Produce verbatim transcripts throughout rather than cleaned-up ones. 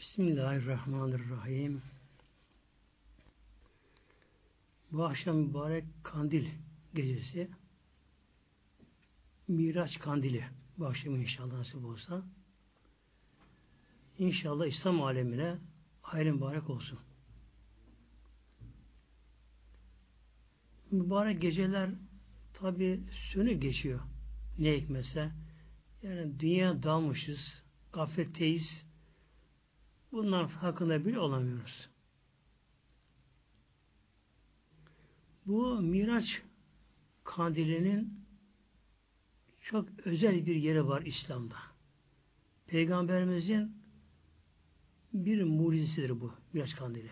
Bismillahirrahmanirrahim. Bu akşam mübarek kandil gecesi. Miraç kandili. Bu akşam inşallah nasip olsa. İnşallah İslam alemine hayırlı mübarek olsun. Mübarek geceler tabi sönük geçiyor. Ne hikmetse. Yani dünya dalmışız. Gafletteyiz. Bunların farkında bile olamıyoruz. Bu Miraç kandilinin çok özel bir yeri var İslam'da. Peygamberimizin bir mucizesidir bu Miraç kandili.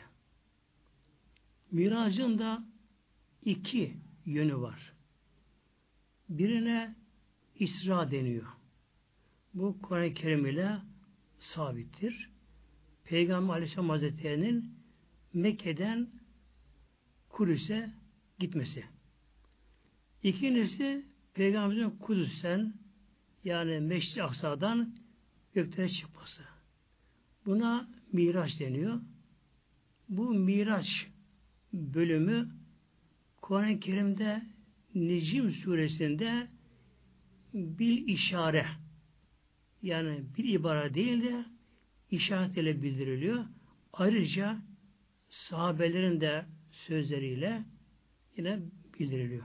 Miracın da iki yönü var. Birine İsra deniyor. Bu Kur'an-ı Kerim ile sabittir. Peygamber Aleyhisselam Hazretleri'nin Mekke'den Kudüs'e gitmesi. İkincisi Peygamberimizin Kudüs'ten yani Meşri Aksa'dan göklere çıkması. Buna Miraç deniyor. Bu Miraç bölümü Kur'an-ı Kerim'de Necm suresinde bil işare yani bir ibare değil de işaret ile bildiriliyor. Ayrıca sahabelerin de sözleriyle yine bildiriliyor.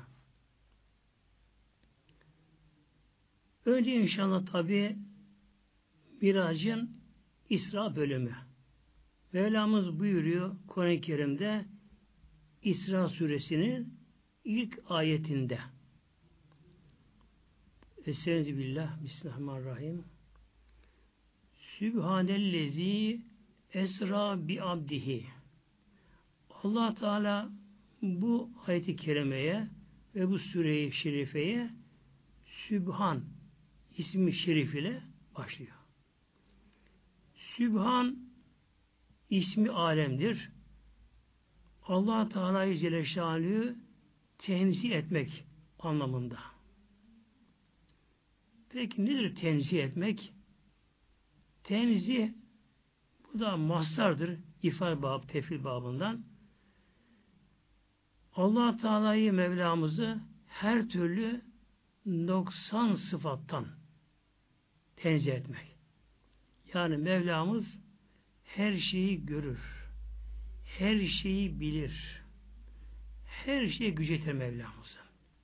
Önce inşallah tabi Mirac'ın İsra bölümü. Mevlamız buyuruyor Kur'an-ı Kerim'de İsra suresinin ilk ayetinde. Estaizu billah, bismillahirrahmanirrahim. Sübhanellezi esra bi abdihi. Allah Teala bu ayet-i kerimeye ve bu sure-i şerifeye Sübhan ismi şerif ile başlıyor. Sübhan ismi alemdir. Allah Teala'yı Celle Şanlı'yı tenzih etmek anlamında. Peki nedir tenzih etmek? Tenzih bu da mastardır. İfade bab, tefil babından. Allah Teala'yı Mevlamızı her türlü noksan sıfattan tenzih etmek. Yani Mevlamız her şeyi görür. Her şeyi bilir. Her şeyi güç yeter Mevlamızı.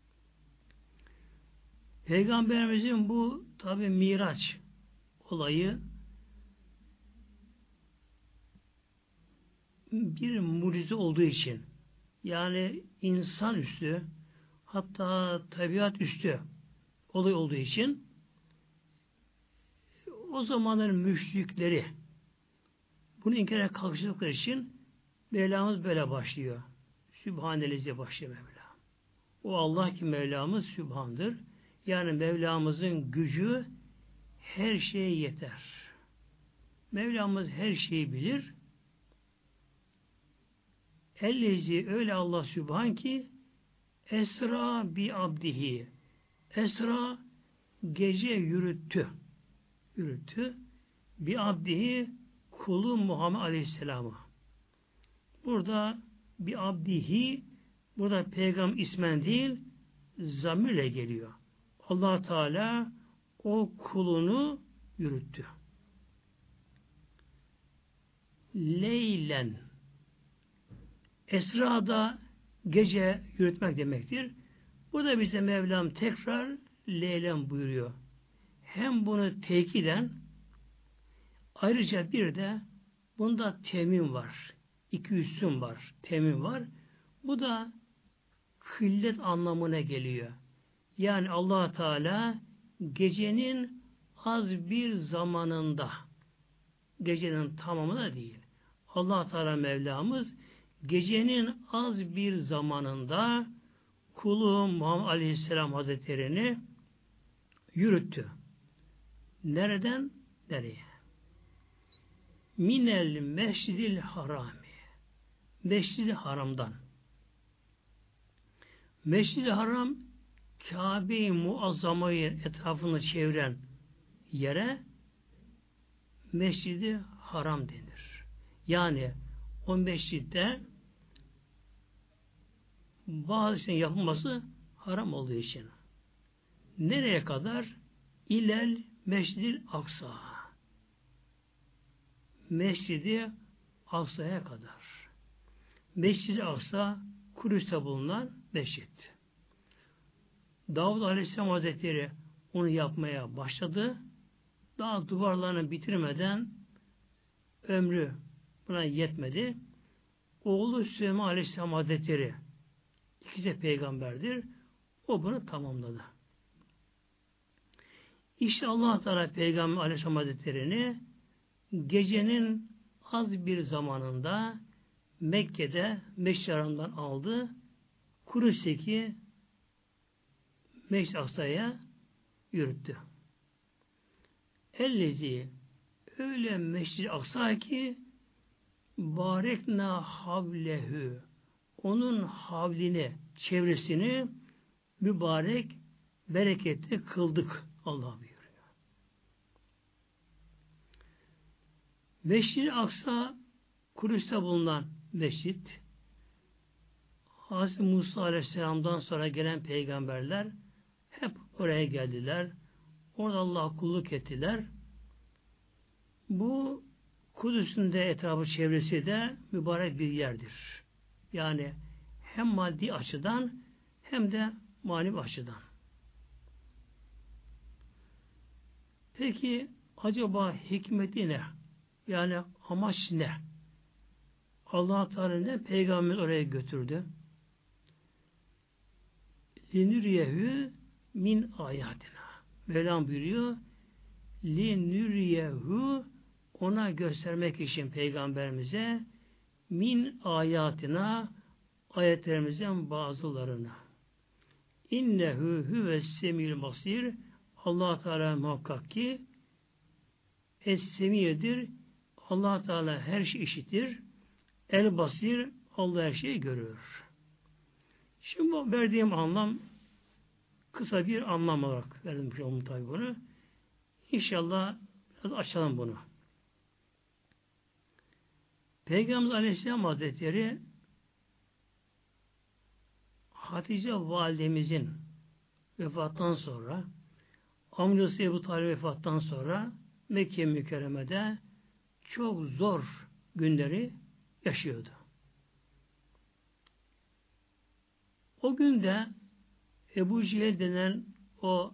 Peygamberimizin bu tabi Miraç olayı bir mucize olduğu için yani insan üstü hatta tabiat üstü olay olduğu için o zamanların müşrikleri bunu inkara kalkıştıkları için Mevlamız böyle başlıyor. Sübhanellezi başlıyor Mevla. O Allah ki Mevlamız Sübhan'dır. Yani Mevlamızın gücü her şeye yeter. Mevlamız her şeyi bilir. Ellezi öyle Allah Sübhan ki esra bi abdihi. Esra gece yürüttü. Yürüttü. Bi abdihi kulu Muhammed Aleyhisselam'ı. Burada bi abdihi burada peygamber ismen değil zamirle geliyor. Allah Teala o kulunu yürüttü. Leylen Esra'da gece yürütmek demektir. Burada bize Mevlam tekrar Leylen buyuruyor. Hem bunu tekiden ayrıca bir de bunda temin var. İki üstün var. Temin var. Bu da kıllet anlamına geliyor. Yani Allah Teala gecenin az bir zamanında gecenin tamamında değil. Allah Teala Mevlamız gecenin az bir zamanında kulu Muhammed Aleyhisselam Hazretleri'ni yürüttü. Nereden? Nereye? Minel Mescidil Harami. Mescid-i Haram'dan. Mescid-i Haram Kabe-i Muazzama'yı etrafını çeviren yere Mescidi Haram denir. Yani o mescitte bazı şeyin yapılması haram olduğu için. Nereye kadar? İlel Mescid-i Aksa. Mescidi Aksa'ya kadar. Mescid-i Aksa Kudüs'te bulunan mescit. Davud Aleyhisselam Hazretleri onu yapmaya başladı. Daha duvarlarını bitirmeden ömrü buna yetmedi. Oğlu Süleyman Aleyhisselam Hazretleri ikisi de peygamberdir. O bunu tamamladı. İşte Allah Teala Peygamber Aleyhisselam Hazretleri'ni gecenin az bir zamanında Mekke'de Meşri Haram'dan aldı. Kudüs'teki Meşri Aksa'ya yürüttü. Ellezi öyle Meşri Aksa ki barekna havlehu onun havlini, çevresini mübarek, bereketli kıldık. Allah buyuruyor. Meşri Aksa Kudüs'te bulunan mescit. Hazreti Musa Aleyhisselam'dan sonra gelen peygamberler hep oraya geldiler. Orada Allah'a kulluk ettiler. Bu Kudüs'ün de etrafı çevresi de mübarek bir yerdir. Yani hem maddi açıdan hem de manevi açıdan. Peki acaba hikmeti ne? Yani amaç ne? Allah Teala ne? Peygamber oraya götürdü. Linüriyehu min ayatina. Mevlam buyuruyor. Linüriyehu ona göstermek için peygamberimize min ayatina ayetlerimizden bazılarını. İnnehu huves semiyül basir Allah Teala muhakkak ki es-semiyedir. Allah Teala her şeyi işitir. El basir Allah her şeyi görür. Şimdi bu verdiğim anlam kısa bir anlam olarak verdim şu tabi bunu. İnşallah biraz açalım bunu. Peygamber Aleyhisselam Hazretleri Hatice validemizin vefattan sonra amcası Ebu Talib vefattan sonra Mekke mükerremede çok zor günleri yaşıyordu. O günde Ebu Cehil denen o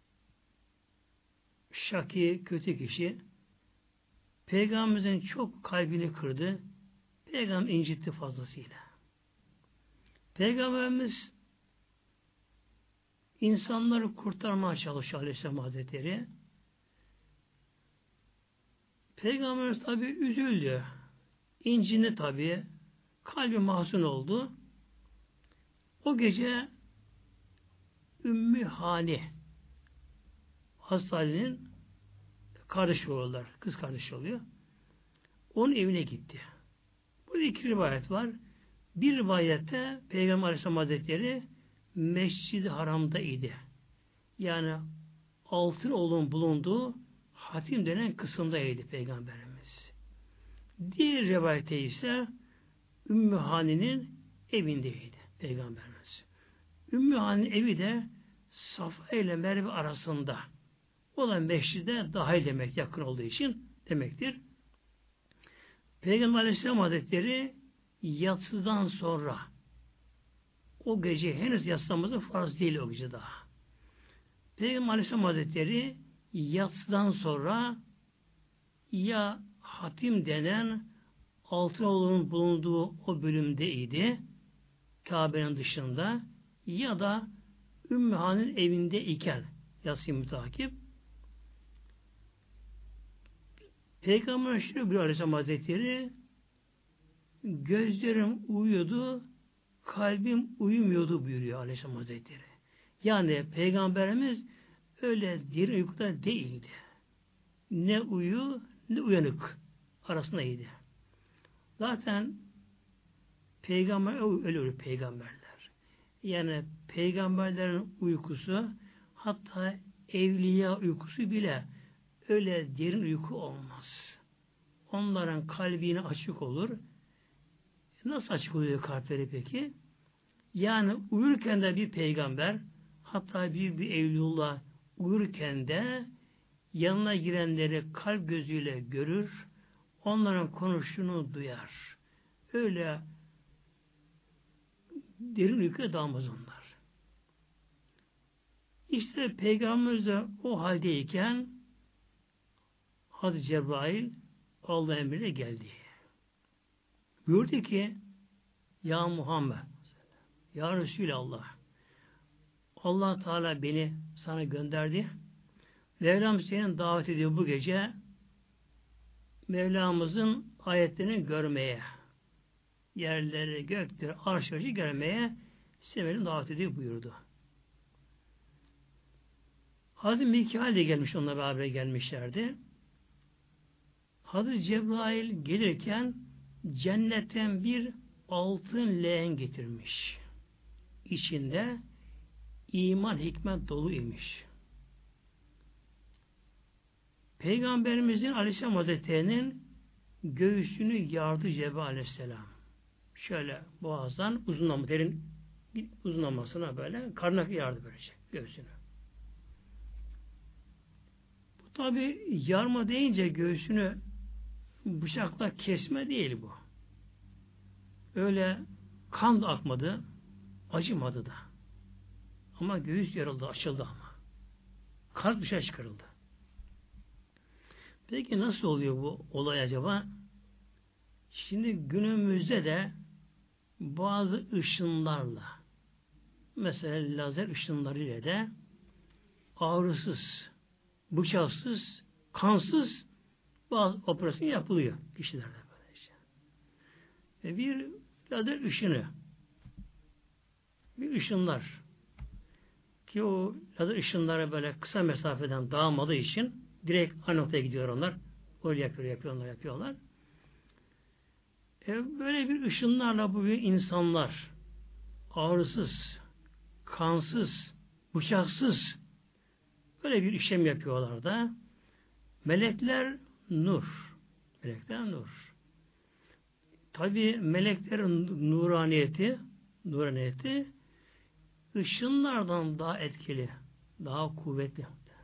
şaki, kötü kişi Peygamberimizin çok kalbini kırdı. Peygamber incitti fazlasıyla. Peygamberimiz insanları kurtarmaya çalışıyor Aleyhisselam Hazretleri. Peygamberimiz tabi üzüldü. İncindi tabi. Kalbi mahzun oldu. O gece Ümmü Hani Hastane'nin kardeşi oluyorlar. Kız kardeşi oluyor. Onun evine gitti. Burada iki rivayet var. Bir rivayette Peygamber Aleyhisselam Hazretleri Mescid-i Haram'da idi. Yani altın olun bulunduğu hatim denen kısımdaydı Peygamberimiz. Diğer rivayette ise Ümmü Hani'nin evindeydi Peygamberimiz. Ümmü Hani'nin evi de Safa ile Merve arasında. O da meşride dahil demek, yakın olduğu için demektir. Peygamber Aleyhisselam Hazretleri yatsıdan sonra o gece henüz yatsılamazı farz değil o gece daha. Peygamber Aleyhisselam Hazretleri yatsıdan sonra ya hatim denen Altınoğlu'nun bulunduğu o bölümdeydi Kabe'nin dışında ya da Ümmü Han'ın evinde iken yatsı mütakip Peygamber şöyle bir Aleyhisselam Hazretleri gözlerim uyuyordu kalbim uyumuyordu buyuruyor Aleyhisselam Hazretleri. Yani Peygamberimiz öyle derin uykuda değildi. Ne uyu ne uyanık arasındaydı. Zaten peygamber öyle öyle peygamberler. Yani peygamberlerin uykusu hatta evliya uykusu bile öyle derin uyku olmaz. Onların kalbine açık olur. Nasıl açık oluyor kalpleri peki? Yani uyurken de bir peygamber, hatta büyük bir evlullah uyurken de yanına girenleri kalp gözüyle görür, onların konuştuğunu duyar. Öyle derin uykuya dalmaz onlar. İşte Peygamberimiz de o haldeyken Hazreti Cebrail Allah emriyle geldi. Buyurdu ki Ya Muhammed, Ya Resulallah, Allah Teala beni sana gönderdi. Mevlam senin davet ediyor bu gece Mevlamızın ayetlerini görmeye, yerleri, gökleri, arş arşı görmeye seni davet ediyor buyurdu. Hazreti Mikail de gelmiş, onunla beraber gelmişlerdi. Hazreti Cebrail gelirken cennetten bir altın leğen getirmiş. İçinde iman, hikmet dolu imiş. Peygamberimizin Aleyhisselam Hazretleri'nin göğsünü yardı Cebrail Aleyhisselam. Şöyle boğazdan uzunlama, derin uzunlamasına böyle karnına yardı böylece göğsünü. Bu tabi yarma deyince göğsünü bıçakla kesme değil bu. Öyle kan da akmadı, acımadı da. Ama göğüs yarıldı, açıldı ama. Kalp dışarı çıkarıldı. Peki nasıl oluyor bu olay acaba? Şimdi günümüzde de bazı ışınlarla, mesela lazer ışınları ile de ağrısız, bıçaksız, kansız bazı operasyon yapılıyor kişilerde böylece. Ve bir lazer ışını, bir ışınlar ki o lazer ışınları böyle kısa mesafeden dağılmadığı için direkt aynı noktaya gidiyor onlar. Öyle yapıyor, yapıyorlar, yapıyorlar. E böyle bir ışınlarla bu bir insanlar ağrısız, kansız, bıçaksız böyle bir işlem yapıyorlar da melekler nur. Melekler nur. Tabi meleklerin nuraniyeti nuraniyeti ışınlardan daha etkili, daha kuvvetli.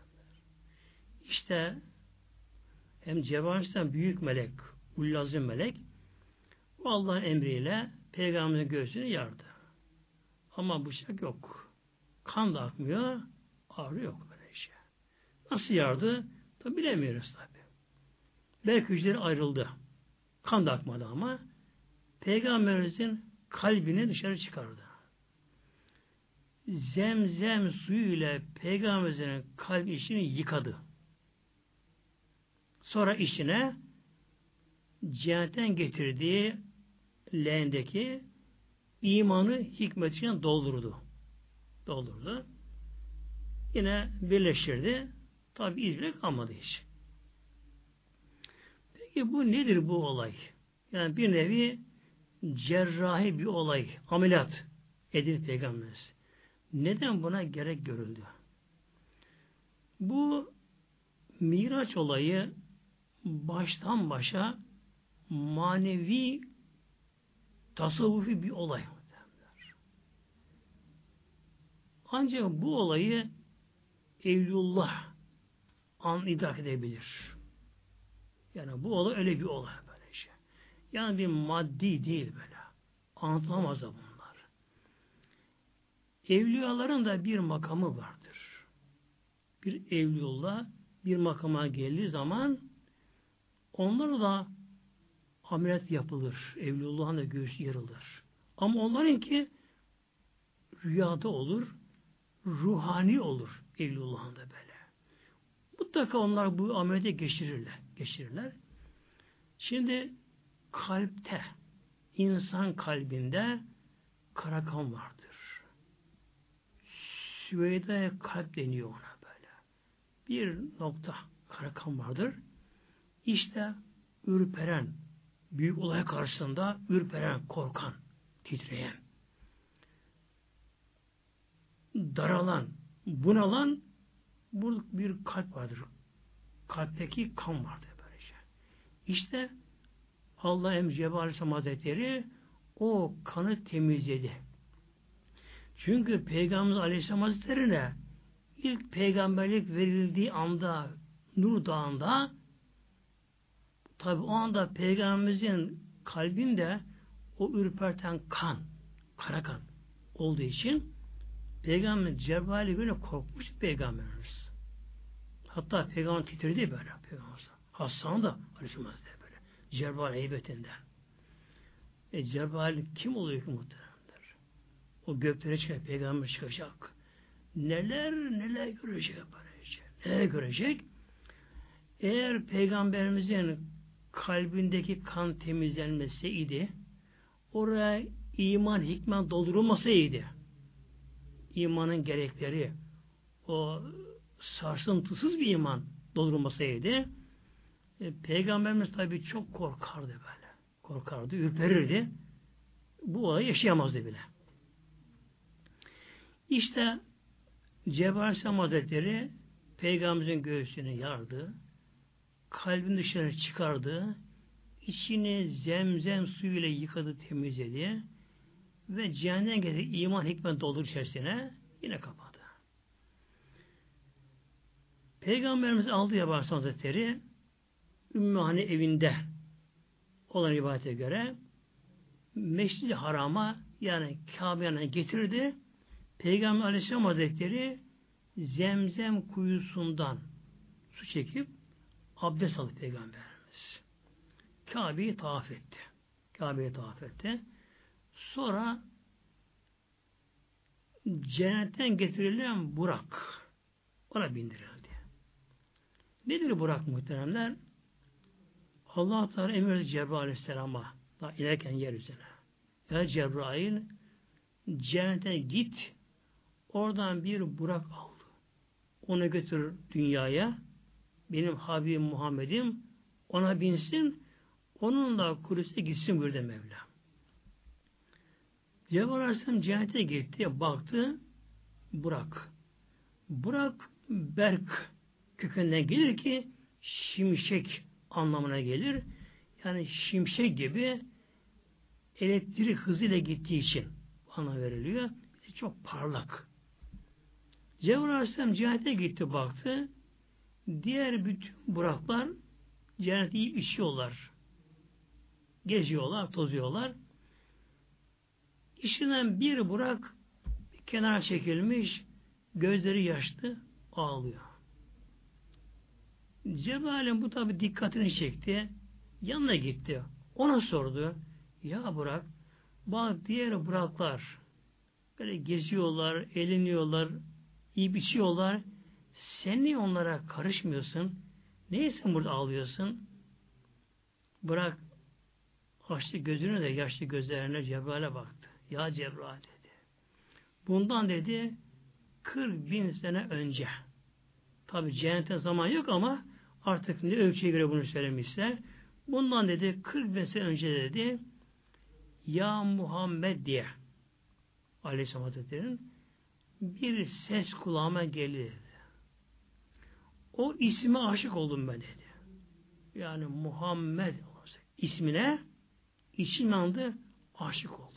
İşte hem Cebrail'den büyük melek, ullazim melek o Allah'ın emriyle Peygamberimizin göğsünü yardı. Ama bıçak yok. Kan da akmıyor, ağrı yok böyle şey. Nasıl yardı? Tabi bilemiyoruz tabi. Belki hücreleri ayrıldı. Kan da akmadı ama Peygamberimizin kalbini dışarı çıkardı. Zemzem suyuyla Peygamberimizin kalbi içini yıkadı. Sonra içine cennetten getirdiği leğendeki imanı hikmetiyle doldurdu. Doldurdu. Yine birleştirdi. Tabi iz bile kalmadı hiç. Peki bu nedir bu olay? Yani bir nevi cerrahi bir olay. Ameliyat edildi Peygamberimiz. Neden buna gerek görüldü? Bu Miraç olayı baştan başa manevi tasavvufi bir olay. Ancak bu olayı Evlullah an idrak edebilir. Yani bu olay öyle bir olay böyle şey. Yani bir maddi değil böyle. Anlatılamaz da bunlar. Evliyaların da bir makamı vardır. Bir evliyullah bir makama geldiği zaman onlara da ameliyat yapılır. Evliyullah'ın da göğsü yarılır. Ama onlarınki rüyada olur, ruhani olur Evliyullah'ın da böyle. Mutlaka onlar bu ameliyata geçirirler. geçirirler. Şimdi kalpte, insan kalbinde kara kan vardır. Süveyda kalp deniyor ona böyle. Bir nokta kara kan vardır. İşte ürperen, büyük olay karşısında ürperen, korkan, titreyen, daralan, bunalan bu bir kalp vardır. kalpteki kan vardı böylece. İşte Allah Emre Cebrail Aleyhisselam Hazretleri o kanı temizledi. Çünkü Peygamberimiz Aleyhisselam Hazretleri'ne ilk peygamberlik verildiği anda Nur Dağı'nda tabi o anda Peygamberimizin kalbinde o ürperten kan, kara kan olduğu için Peygamber Cebrail'e göre korkmuş Peygamberimiz. Hatta Peygamber titredi böyle. Peygamber Hasan da Aleyhisselam Hazretleri böyle. Cebrail heybetinden. E Cebrail kim oluyor ki muhteremler? O göklere çıkacak, Peygamber çıkacak. Neler neler görecek böylece. Neler görecek? Eğer Peygamberimizin kalbindeki kan temizlenmeseydi, oraya iman, hikmet doldurulmasaydı, imanın gerekleri, o sarsıntısız bir iman doldurulmasaydı, e, Peygamberimiz tabii çok korkardı böyle. Korkardı, ürperirdi. Bu olayı yaşayamazdı bile. İşte Cebrail Aleyhisselam Hazretleri Peygamberimizin göğsünü yardı, kalbini dışarı çıkardı, içini zemzem suyuyla yıkadı, temizledi ve cehennem getirdi, iman hikmet doldur içerisine yine kapadı. Peygamberimiz aldı Cebrail Aleyhisselam Hazretleri Ümmühane evinde olan rivayete göre Meşrid-i Haram'a yani Kabe'ye getirdi. Peygamber Aleyhisselam Hazretleri Zemzem kuyusundan su çekip abdest aldı Peygamberimiz. Kabe'yi tavaf etti. Kabe'yi tavaf etti. Sonra cennetten getirilen Burak ona bindirildi. Nedir Burak muhteremler? Allah Teala emir Cebrail Aleyhisselam'a da inerken yeryüzüne. Ya Cebrail cennete git, oradan bir Burak al. Onu götür dünyaya. Benim Habibim Muhammed'im ona binsin, onunla Kudüs'e gitsin buyurdu Mevla. Cebrail Aleyhisselam cennete gitti, baktı Burak. Burak Berk kökeninden gelir ki şimşek anlamına gelir. Yani şimşek gibi elektrik hızıyla gittiği için anlam veriliyor. Çok parlak. Cebrail Aleyhisselam cennete gitti baktı. Diğer bütün Buraklar cenneti yiyip içiyorlar. Geziyorlar, tozuyorlar. İçinden bir Burak kenara çekilmiş, gözleri yaşlı, ağlıyor. Cebrail'in bu tabi dikkatini çekti. Yanına gitti. Ona sordu. Ya Burak, bak diğer Buraklar böyle geziyorlar, eğleniyorlar, yiyip içiyorlar. Sen niye onlara karışmıyorsun? Neyse burada ağlıyorsun? Burak açtı gözünü de yaşlı gözlerine Cebrail'e baktı. Ya Cebrail dedi. Bundan dedi kırk bin sene önce. Tabi cennete zaman yok ama artık ne ölçüye göre bunu söylemişler. Bundan dedi kırk bin sene önce dedi Ya Muhammed diye Aleyhisselam Hazretleri'nin bir ses kulağıma geldi dedi. O isme aşık oldum ben dedi. Yani Muhammed ismine içim yandı, aşık oldum.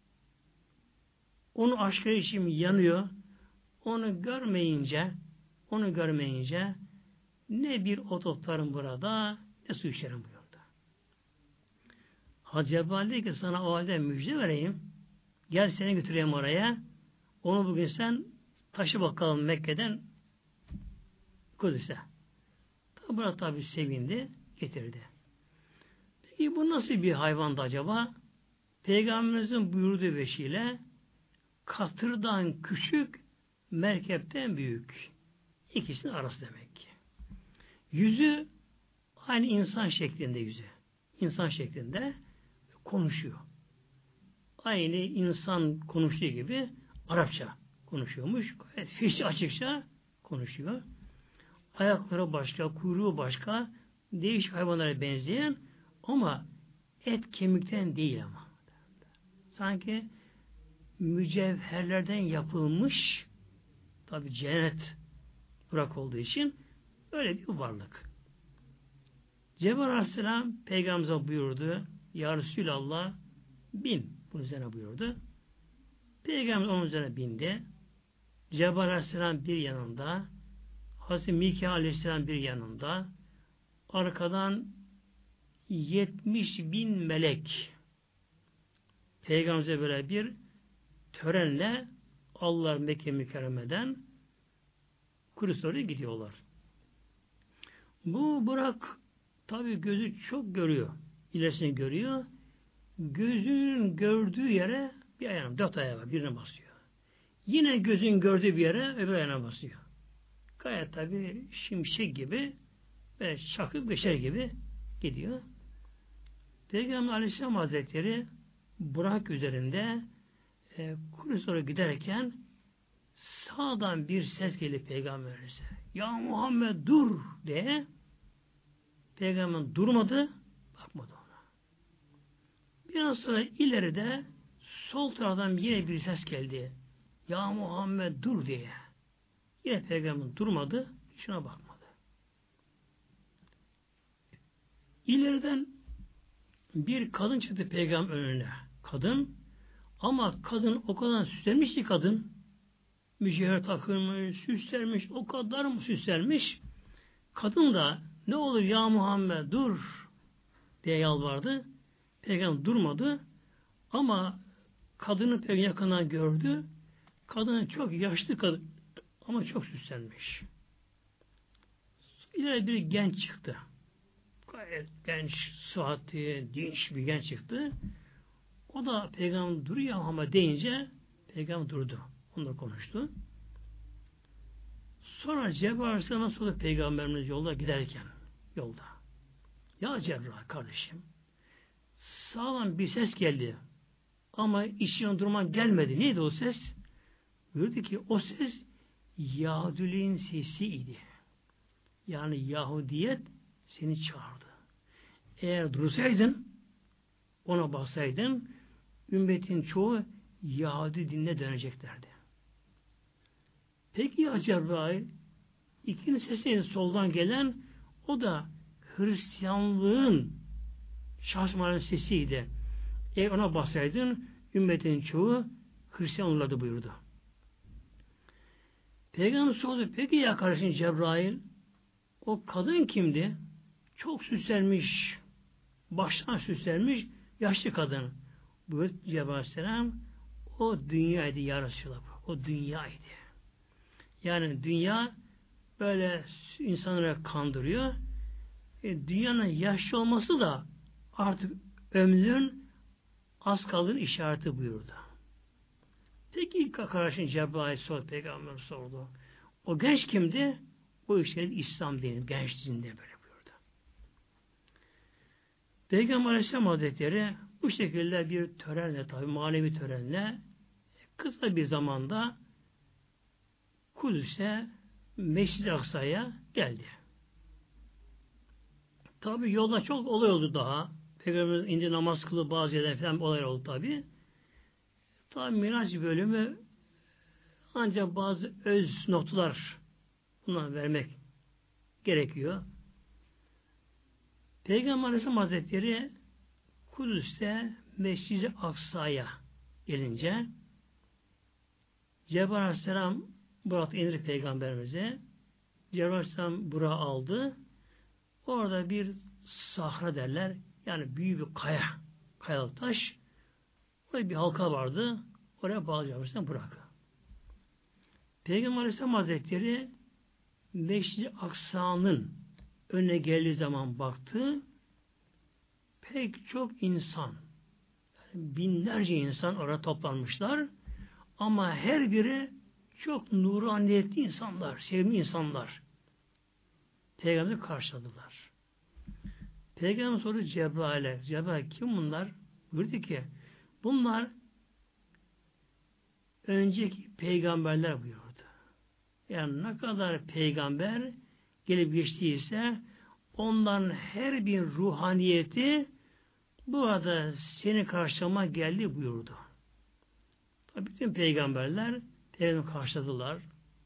Onun aşkı içim yanıyor. Onu görmeyince onu görmeyince ne bir ot otlarım burada ne su içerim burada. Hazreti Cebrail dedi ki sana o halde müjde vereyim. Gel seni götüreyim oraya. Onu bugün sen taşı bakalım Mekke'den Kudüs'e. Tabi tabi sevindi, getirdi. Peki bu nasıl bir hayvandı acaba? Peygamberimizin buyurduğu veşiyle katırdan küçük, merkepten büyük. İkisinin arası demek ki. Yüzü aynı insan şeklinde yüzü. İnsan şeklinde konuşuyor. Aynı insan konuştuğu gibi Arapça konuşuyormuş. Gayet fişçi açıkça konuşuyor. Ayakları başka, kuyruğu başka, değişik hayvanlara benzeyen ama et kemikten değil ama. Sanki mücevherlerden yapılmış tabi cennet Burak olduğu için öyle bir varlık. Cebrail Aleyhisselam Peygamberimize buyurdu. Ya Resulallah bin. Bunun üzerine buyurdu. Peygamber onun üzerine bindi. Cebrail Aleyhisselam bir yanında, Hazreti Mikail Aleyhisselam bir yanında, arkadan yetmiş bin melek Peygamberimize böyle bir törenle Allah Mekke mükerremeden Kudüs'e doğru gidiyorlar. Bu Burak tabi gözü çok görüyor. İlerisini görüyor. Gözünün gördüğü yere bir ayağına, dört ayağı var. Birine basıyor. Yine gözün gördüğü bir yere öbür ayağına basıyor. Gayet tabi şimşek gibi ve çakıp geçer gibi gidiyor. Peygamber Aleyhisselam Hazretleri Burak üzerinde e, Kudüs'e doğru giderken sağdan bir ses gelip Peygamberimize Ya Muhammed dur diye Peygamber durmadı, bakmadı ona. Biraz sonra ileride sol taraftan yine bir ses geldi. Ya Muhammed dur diye. Yine Peygamber durmadı, şuna bakmadı. İleriden bir kadın çıktı Peygamber önüne. Kadın ama kadın o kadar süslenmiş ki kadın mücevher takılmış, süslenmiş, o kadar mı süslenmiş? Kadın da ne olur ya Muhammed dur diye yalvardı. Peygamber durmadı ama kadını pek yakından gördü. Kadın çok yaşlı kadın ama çok süslenmiş. İleri bir genç çıktı. Gayet genç, sıhhatli, dinç bir genç çıktı. O da Peygamber duruyor ama deyince Peygamber durdu. Onunla konuştu. Sonra Cebrail Aleyhisselam'a sordu Peygamberimiz yolda giderken yolda. Ya Cebrail kardeşim sağlam bir ses geldi. Ama işin durman gelmedi. Neydi o ses? Buyurdu ki o ses Yahudiliğin sesiydi. Yani Yahudiyet seni çağırdı. Eğer dursaydın ona baksaydın ümmetin çoğu Yahudi dinine döneceklerdi. Peki ya Cebrail ikinci sesi soldan gelen o da Hristiyanlığın şahsmanın sesiydi. Eğer ona baksaydın ümmetin çoğu Hristiyan olurdu buyurdu. Peygamber sordu. Peki ya kardeşin Cebrail o kadın kimdi? Çok süslenmiş, baştan süslenmiş, yaşlı kadın. Buyurdu Cebrail Aleyhisselam o dünyaydı ya Resulallah. O dünyaydı. Yani dünya böyle insanları kandırıyor. E, dünyanın yaşlı olması da artık ömrün az kaldığının işareti buyurdu. Peki ilk kardeşin Cebrail sordu, Peygamber sordu. O genç kimdi? O işte İslam dini, gençliğinde böyle buyurdu. Peygamber Aleyhisselam Hazretleri bu şekilde bir törenle, tabi manevi törenle kısa bir zamanda Kudüs'e, Mescid-i Aksa'ya geldi. Tabi yolda çok olay oldu daha. Peygamberimiz indi namaz kılı bazı yerden falan olay oldu tabi. Tabi Miraç bölümü ancak bazı öz noktalar bundan vermek gerekiyor. Peygamber Aleyhisselam Hazretleri Kudüs'te Mescid-i Aksa'ya gelince Cebrail Aleyhisselam Burak'ta indir Peygamberimize. Cebrail Aleyhisselam Burak'ı aldı. Orada bir sahra derler. Yani büyük bir kaya. Kayalık taş. Orada bir halka vardı. Oraya bağlı Cebrail Aleyhisselam Burak'ı. Peygamber Aleyhisselam Hazretleri Mescid-i Aksa'nın önüne geldiği zaman baktı. Pek çok insan yani binlerce insan oraya toplanmışlar. Ama her biri çok nuraniyetli insanlar, sevimli insanlar. Peygamber'i karşıladılar. Peygamber sordu Cebrail'e. Cebrail kim bunlar? Buyurdu ki bunlar önceki peygamberler buyurdu. Yani ne kadar peygamber gelip geçtiyse onların her bir ruhaniyeti burada seni karşılama geldi buyurdu. Tabi bütün peygamberler Peygamber'i karşıladılar.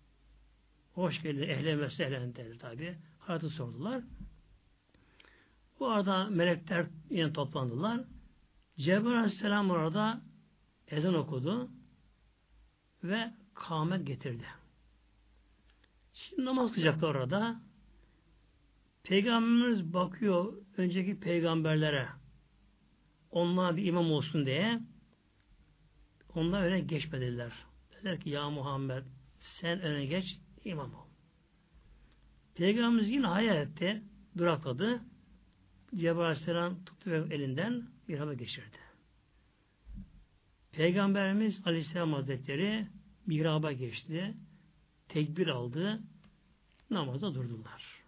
Hoş geldin ehle ve sehlen dedi tabi. Hayatı sordular. Bu arada melekler yine toplandılar. Cebrail Aleyhisselam orada ezan okudu ve kâhmet getirdi. Şimdi namaz kılacaklar orada. Peygamberimiz bakıyor önceki peygamberlere. Onlar bir imam olsun diye. Onlar öne geçmediler. Dediler ki ya Muhammed sen öne geç imam ol. Peygamberimiz yine hayal etti. Durakladı. Cebrail Aleyhisselam tuttu elinden mihraba geçirdi. Peygamberimiz Aleyhisselam Hazretleri mihraba geçti. Tekbir aldı. Namaza durdular.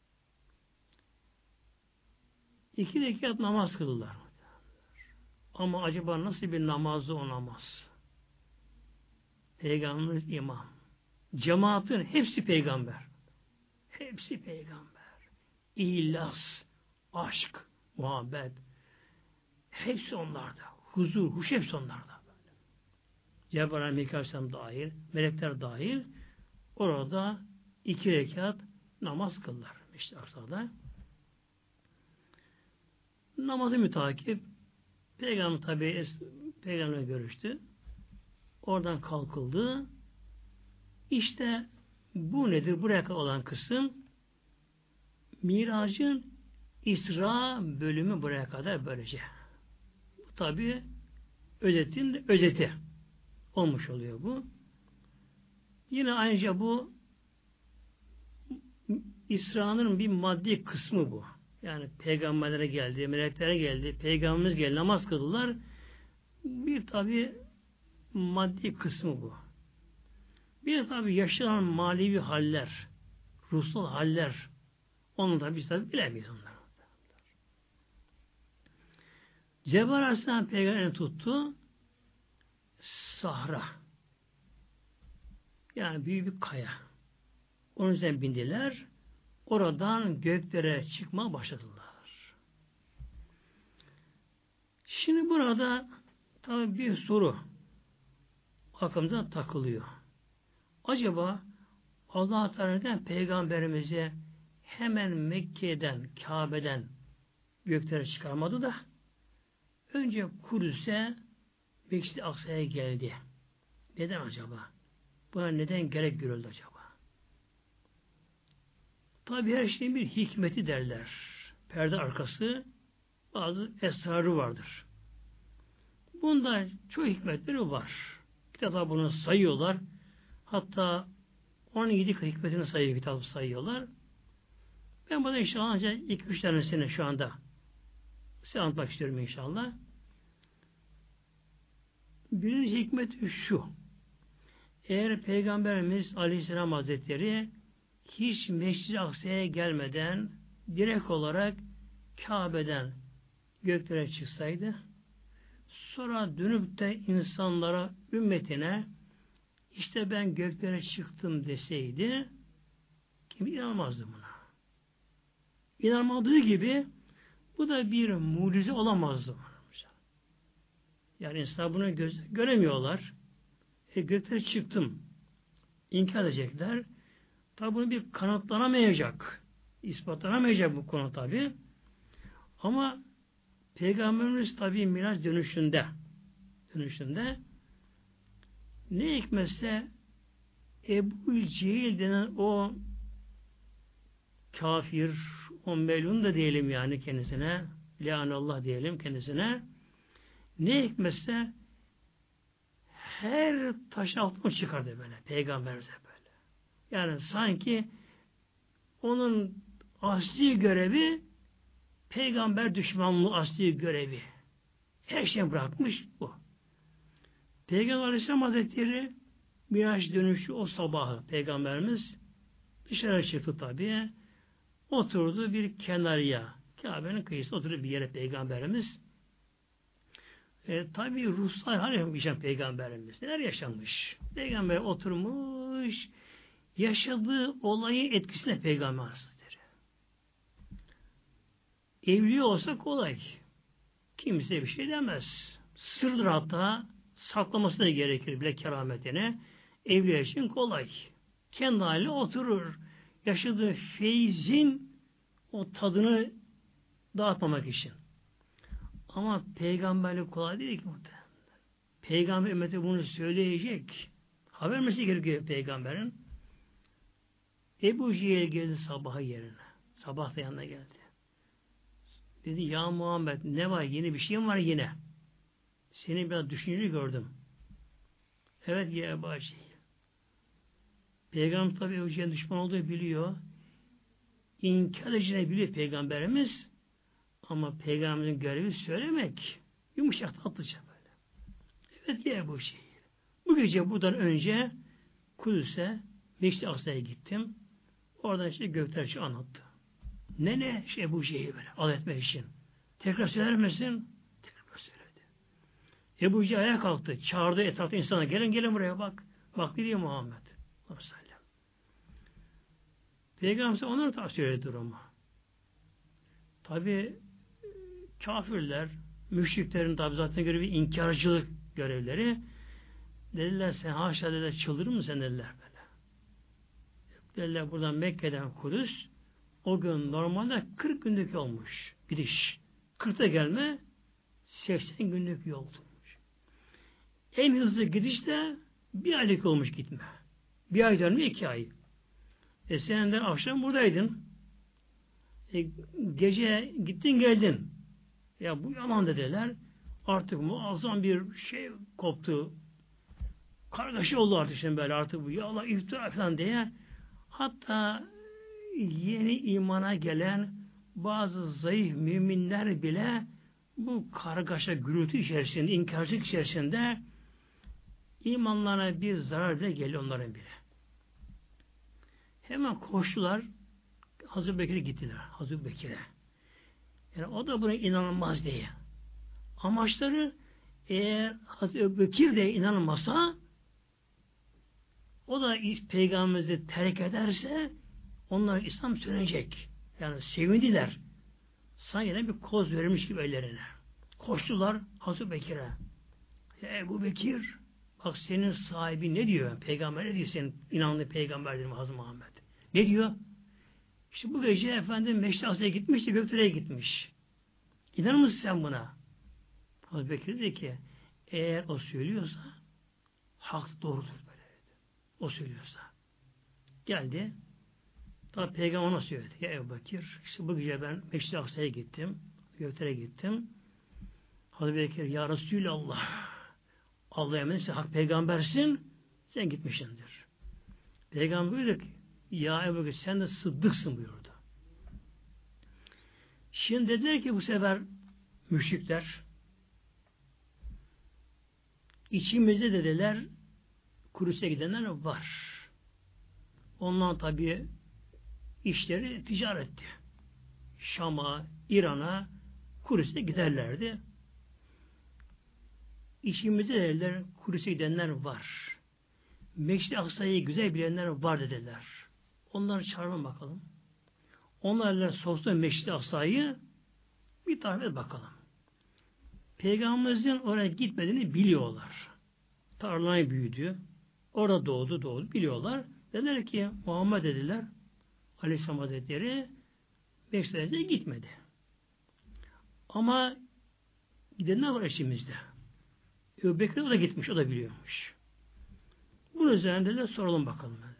İki rekat namaz kıldılar. Ama acaba nasıl bir namazdı o namaz? Peygamberimiz imam. Cemaatin hepsi peygamber. Hepsi peygamber. İhlas, aşk, muhabbet. Hepsi onlarda. Huzur, huş hepsi onlarda. Cebrail, Mikail Aleyhisselam dahil, melekler dahil orada iki rekat namaz kıldılar. İşte aksada. Namazı mütakip Peygamber tabi Peygamberle görüştü. Oradan kalkıldı. İşte bu nedir? Buraya olan kısım Miracın İsra bölümü buraya kadar böylece. Bu tabi özetin özeti olmuş oluyor bu. Yine ayrıca bu İsra'nın bir maddi kısmı bu. Yani peygamberlere geldi, meleklere geldi, peygamberimiz geldi, namaz kıldılar. Bir tabi maddi kısmı bu. Bir tabi yaşanan manevi haller, ruhsal haller, onu da biz tabi bilemeyiz onları. Cebrail Aleyhisselam peygamberini tuttu, Sahra. Yani büyük bir kaya. Onun üzerine bindiler. Oradan göklere çıkmaya başladılar. Şimdi burada tabi bir soru aklımıza takılıyor. Acaba Allah Teala'dan peygamberimizi hemen Mekke'den, Kabe'den göklere çıkarmadı da önce Kudüs'e Mescid-i Aksa'ya geldi. Neden acaba? Buna neden gerek görüldü acaba? Tabi her şeyin bir hikmeti derler. Perde arkası bazı esrarı vardır. Bunda çoğu hikmetleri var. Kitaplar bunu sayıyorlar. Hatta on yedi hikmetini sayıyor, kitap sayıyorlar. Ben buna inşallah ancak iki üç tanesini şu anda size anlatmak istiyorum inşallah. Birinci hikmet şu. Eğer Peygamberimiz Aleyhisselam Hazretleri hiç Mescid-i Aksa'ya gelmeden direkt olarak Kabe'den göklere çıksaydı, sonra dönüp de insanlara, ümmetine işte ben göklere çıktım deseydi kim inanmazdı buna. İnanmadığı gibi bu da bir mucize olamazdı. Yani insan bunu göz, göremiyorlar. E, göklere çıktım. İnkar edecekler. Tabi bunu bir kanıtlanamayacak. İspatlanamayacak bu konu tabi. Ama Peygamberimiz tabi Miraç dönüşünde dönüşünde ne hikmetse Ebu Cehil denen o kafir, o melun da diyelim yani kendisine, Lânallah diyelim kendisine, ne hikmetse her taş altına çıkardı böyle Peygamberimize böyle. Yani sanki onun asli görevi peygamber düşmanlığı asli görevi. Her şeyi bırakmış bu. Peygamber Aleyhisselam Hazretleri Miraç dönüşü o sabahı Peygamberimiz dışarı çıktı tabi. Oturdu bir kenarıya. Kabe'nin kıyısında oturdu bir yere Peygamberimiz. E, tabi ruhsal hal yaşamış Peygamberimiz. Neler yaşanmış? Peygamber oturmuş, yaşadığı olayın etkisine Peygamber Hazretleri. Evli olsa kolay. Kimse bir şey demez. Sırdır hatta, saklaması da gerekir bile kerametine. Evliya için kolay. Kendi haline oturur. Yaşadığı feyzin o tadını dağıtmamak için. Ama peygamberlik kolay değil ki muhtemelen. Peygamber ümmeti bunu söyleyecek. Haber vermesi gerekiyor peygamberin. Ebu Cehil geldi sabahı yerine. Sabah da yanına geldi. Dedi ya Muhammed ne var? Yeni bir şey mi var yine? Seni biraz düşünceli gördüm. Evet ya Ebu Cehil. Peygamber tabi Ebu Cehil'in düşman olduğu biliyor. İnkar edeceğini biliyor peygamberimiz. Ama peygamberin görevi söylemek. Yumuşak tatlıca böyle. Evet ya Ebu Cehil. Bu gece buradan önce Kudüs'e Meşri Aksa'ya gittim. Oradan işte Göktaş'ı anlattı. Ne ne şey Ebu Cehil böyle al etmek için. Tekrar söyler misin? Tekrar söyledi. Ebu Cehil ayağa kalktı. Çağırdı etrafta insana. Gelin gelin buraya bak. Bak ne diyor Muhammed. Peygamber onları da söyledi durumu. Tabi kafirler, müşriklerin tabi zaten göre bir inkarcılık görevleri dediler sen haşa dediler çıldırır mı sen dediler böyle. Dediler buradan Mekke'den Kudüs o gün normalde kırk günlük olmuş gidiş. kırkta gelme seksen günlük yol olmuş. En hızlı gidiş de bir aylık olmuş gitme. Bir ay dönme iki ay. E sen de akşam buradaydın. E, gece gittin geldin. Ya bu yalan dediler. Artık muazzam bir şey koptu. Kargaşa oldu artık şimdi böyle artık bu yalan iftira falan diye. Hatta yeni imana gelen bazı zayıf müminler bile bu kargaşa gürültü içerisinde, inkarcılık içerisinde imanlarına bir zarar bile geliyor onların bile. Hemen koştular. Hazreti Bekir'e gittiler. Hazreti Bekir'e. Yani o da buna inanılmaz diye. Amaçları eğer Hazreti Bekir de inanılmazsa o da Peygamberimizi terk ederse onlar İslam sönecek. Yani sevindiler. Sanki bir koz verilmiş gibi ellerine. Koştular Hazreti Bekir'e. Ya Ebu Bekir bak senin sahibi ne diyor? Peygamber ne diyor? Senin inandığı peygamber dedim Hazreti Muhammed. Ne diyor? İşte bu gece efendim Meşri Aksa'ya gitmiş de Göktepe'ye gitmiş. İnanır mısın sen buna? Hazreti Bekir dedi ki eğer o söylüyorsa hak doğrudur böyle dedi. O söylüyorsa. Geldi. Tabi Peygamber ona söyledi. Ya Ebu Bekir işte bu gece ben Meşri Aksa'ya gittim. Göktepe'ye gittim. Hazreti Bekir ya Resulallah Allah'a emanet hak peygambersin sen gitmişsindir. Peygamber buyurdu ki ya Ebu Bekir sen de sıddıksın buyurdu. Şimdi dediler ki bu sefer müşrikler içimizde dediler Kudüs'e gidenler var. Onlar tabi işleri ticaretti. Şam'a, İran'a Kudüs'e giderlerdi. İçimizde dediler Kudüs'e gidenler var. Meşri Aksa'yı güzel bilenler var dediler. Onları çağıralım bakalım. Onlarla sosyal Meşri Aksa'yı bir tarif et bakalım. Peygamberimizin oraya gitmediğini biliyorlar. Tarlanı büyüdü. Orada doğdu doğdu biliyorlar. Dediler ki Muhammed dediler Aleyhisselam Hazretleri Meşri Aksa'ya gitmedi. Ama gidenler var eşimizde. Ebu Bekir o da gitmiş, o da biliyormuş. Bunun üzerinde de soralım bakalım dediler.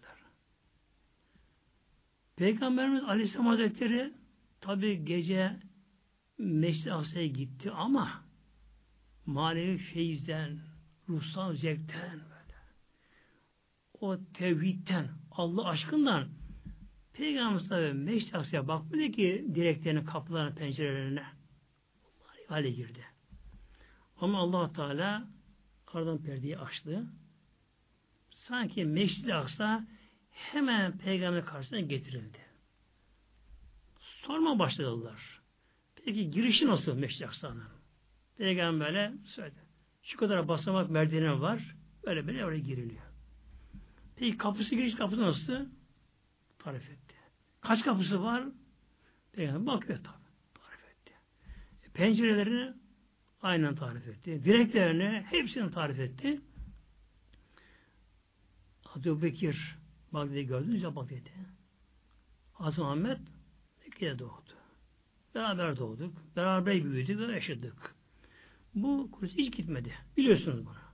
Peygamberimiz Aleyhisselam Hazretleri tabi gece Meşri Aksa'ya gitti ama manevi feyizden, ruhsal zevkten böyle, o tevhidten, Allah aşkından Peygamberimiz tabi Meşri Aksa'ya bakmadı ki direklerine, kapılarına, pencerelerine. Hale girdi. Ama Allah Teala aradan perdeyi açtı. Sanki Meşri Aksa hemen Peygamber karşısına getirildi. Sorma başladılar. Peki girişi nasıl Meşri Aksa'nın? Peygamber'e söyledi. Şu kadar basamak merdiveni var. Böyle böyle oraya giriliyor. Peki kapısı giriş kapısı nasıl? Tarif etti. Kaç kapısı var? Peygamber bakıyor tabi. Tarif etti. E, pencerelerini aynen tarif etti. Direklerini hepsini tarif etti. Hazreti Bekir bak dedi gördünüz ya bak dedi. Hazreti Muhammed Mekke'de doğdu. Beraber doğduk. Beraber büyüdük ve yaşadık. Bu Kudüs hiç gitmedi. Biliyorsunuz bunu.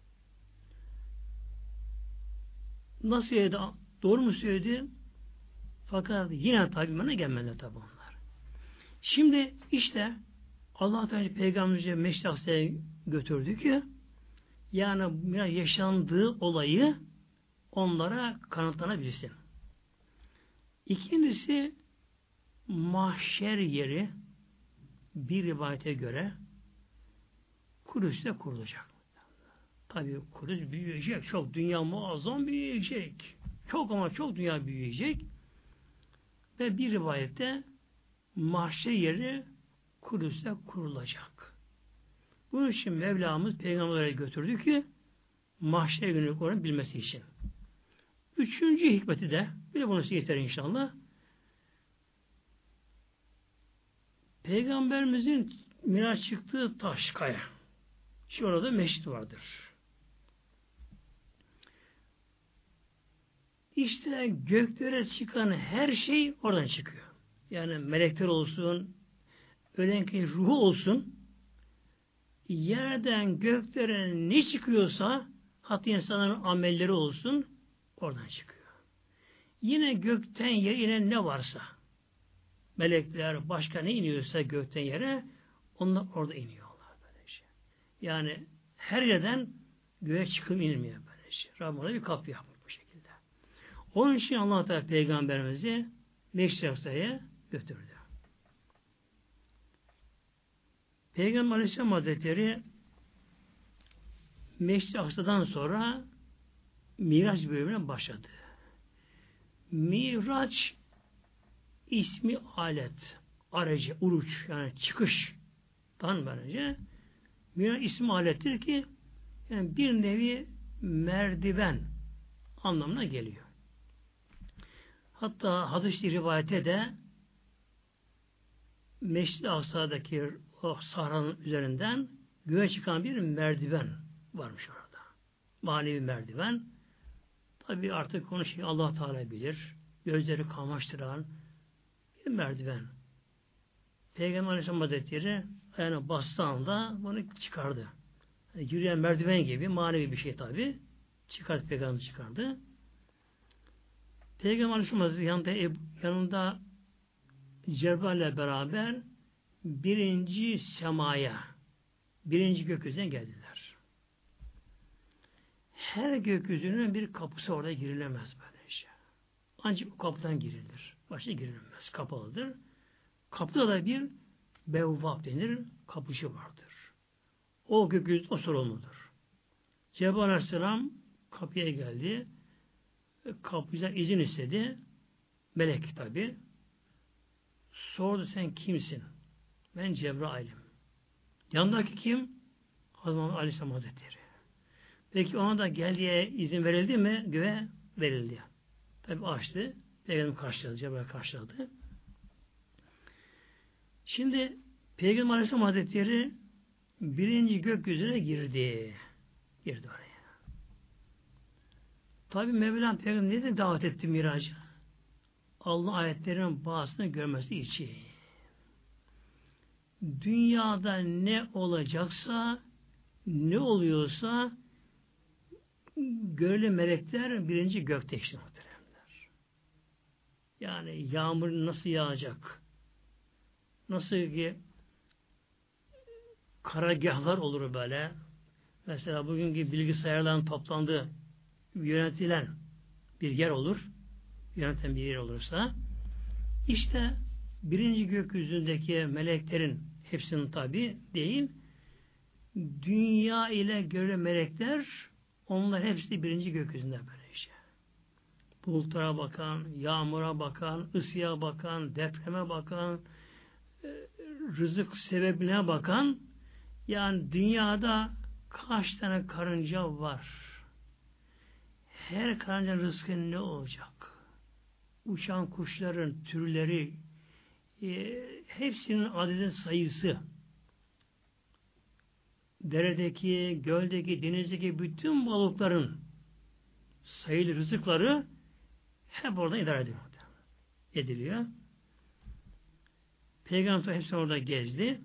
Nasıl söyledi? Doğru mu söyledi? Fakat yine tabi bana gelmedi tabi onlar. Şimdi işte Allah Teala Peygamberimizi Meşri Aksa'ya götürdü ki yani biraz yaşandığı olayı onlara kanıtlanabilsin. İkincisi mahşer yeri bir rivayete göre Kudüs'te kurulacak. Tabii Kudüs büyüyecek. Çok dünya muazzam büyüyecek. Çok ama çok dünya büyüyecek. Ve bir rivayette mahşer yeri Kudüs'te kurulacak. Bunun için Mevlamız peygamberlere götürdü ki mahşer günü onu bilmesi için. Üçüncü hikmeti de bir de bunu size yeter inşallah. Peygamberimizin Miraç çıktığı taş kaya. Şimdi orada meşrit vardır. İşte göklere çıkan her şey oradan çıkıyor. Yani melekler olsun, ölen kişinin ruhu olsun, yerden göklere ne çıkıyorsa, hatta insanların amelleri olsun, oradan çıkıyor. Yine gökten yere inen ne varsa, melekler, başka ne iniyorsa gökten yere, onlar orada iniyorlar böylece. Yani her yerden göğe çıkım inmiyor böylece. Rabbim orada bir kapı yapmış bu şekilde. Onun için Allah Teala Peygamberimizi Meşri Aksa'ya götürdü. Peygamber Aleyhisselam Hazretleri Meşri Aksa'dan sonra Miraç bölümüne başladı. Miraç ismi alet, aracı, uruç yani çıkıştan bence Miraç ismi alettir ki yani bir nevi merdiven anlamına geliyor. Hatta hadis-i rivayete de Meşri Aksa'daki o sahranın üzerinden göğe çıkan bir merdiven varmış orada. Manevi merdiven. Tabi artık konuşuyor Allah Teala bilir. Gözleri kamaştıran bir merdiven. Peygamber Aleyhisselam Hazretleri ayağına bastığı anda bunu çıkardı. Yani yürüyen merdiven gibi manevi bir şey tabi. Çıkardı, Peygamber çıkardı. Peygamber Aleyhisselam Hazretleri yanında, yanında Cebrail ile beraber birinci semaya, birinci gökyüzüne geldiler. Her gökyüzünün bir kapısı orada girilemez böylece. Ancak o kapıdan girilir. Başta girilmez. Kapalıdır. Kapıda da bir bevvab denir. Kapıcı vardır. O gökyüzü o sorumludur. Cebrail Aleyhisselam kapıya geldi. Kapıcıdan izin istedi. Melek tabi. Sordu sen kimsin? Ben Cebrail'im. Yanındaki kim? Hazreti Aleyhisselam Hazretleri. Peki ona da gel diye izin verildi mi? Göğe verildi. Tabi açtı. Peygamber karşıladı. Cebrail karşıladı. Şimdi Peygamber Aleyhisselam Hazretleri birinci gökyüzüne girdi. Girdi oraya. Tabi Mevlam Peygamber ne de davet etti Miraç'a? Allah ayetlerinin bazısını görmesi için. Dünyada ne olacaksa, ne oluyorsa görülen melekler birinci gökte işte muhteremler. Yani yağmur nasıl yağacak? Nasıl ki karargahlar olur böyle. Mesela bugünkü bilgisayarların toplandığı yönetilen bir yer olur. Yöneten bir yer olursa işte birinci gökyüzündeki meleklerin hepsinin tabi değil dünya ile görülen melekler onlar hepsi birinci gökyüzünde böyle işte. Bulutlara bakan, yağmura bakan, ısıya bakan, depreme bakan, rızık sebebine bakan yani dünyada kaç tane karınca var? Her karıncanın rızkı ne olacak? Uçan kuşların türleri e, hepsinin adedin sayısı deredeki, göldeki, denizdeki bütün balıkların sayılı rızıkları hep oradan idare ediliyor. ediliyor. Peygamber hepsi orada gezdi.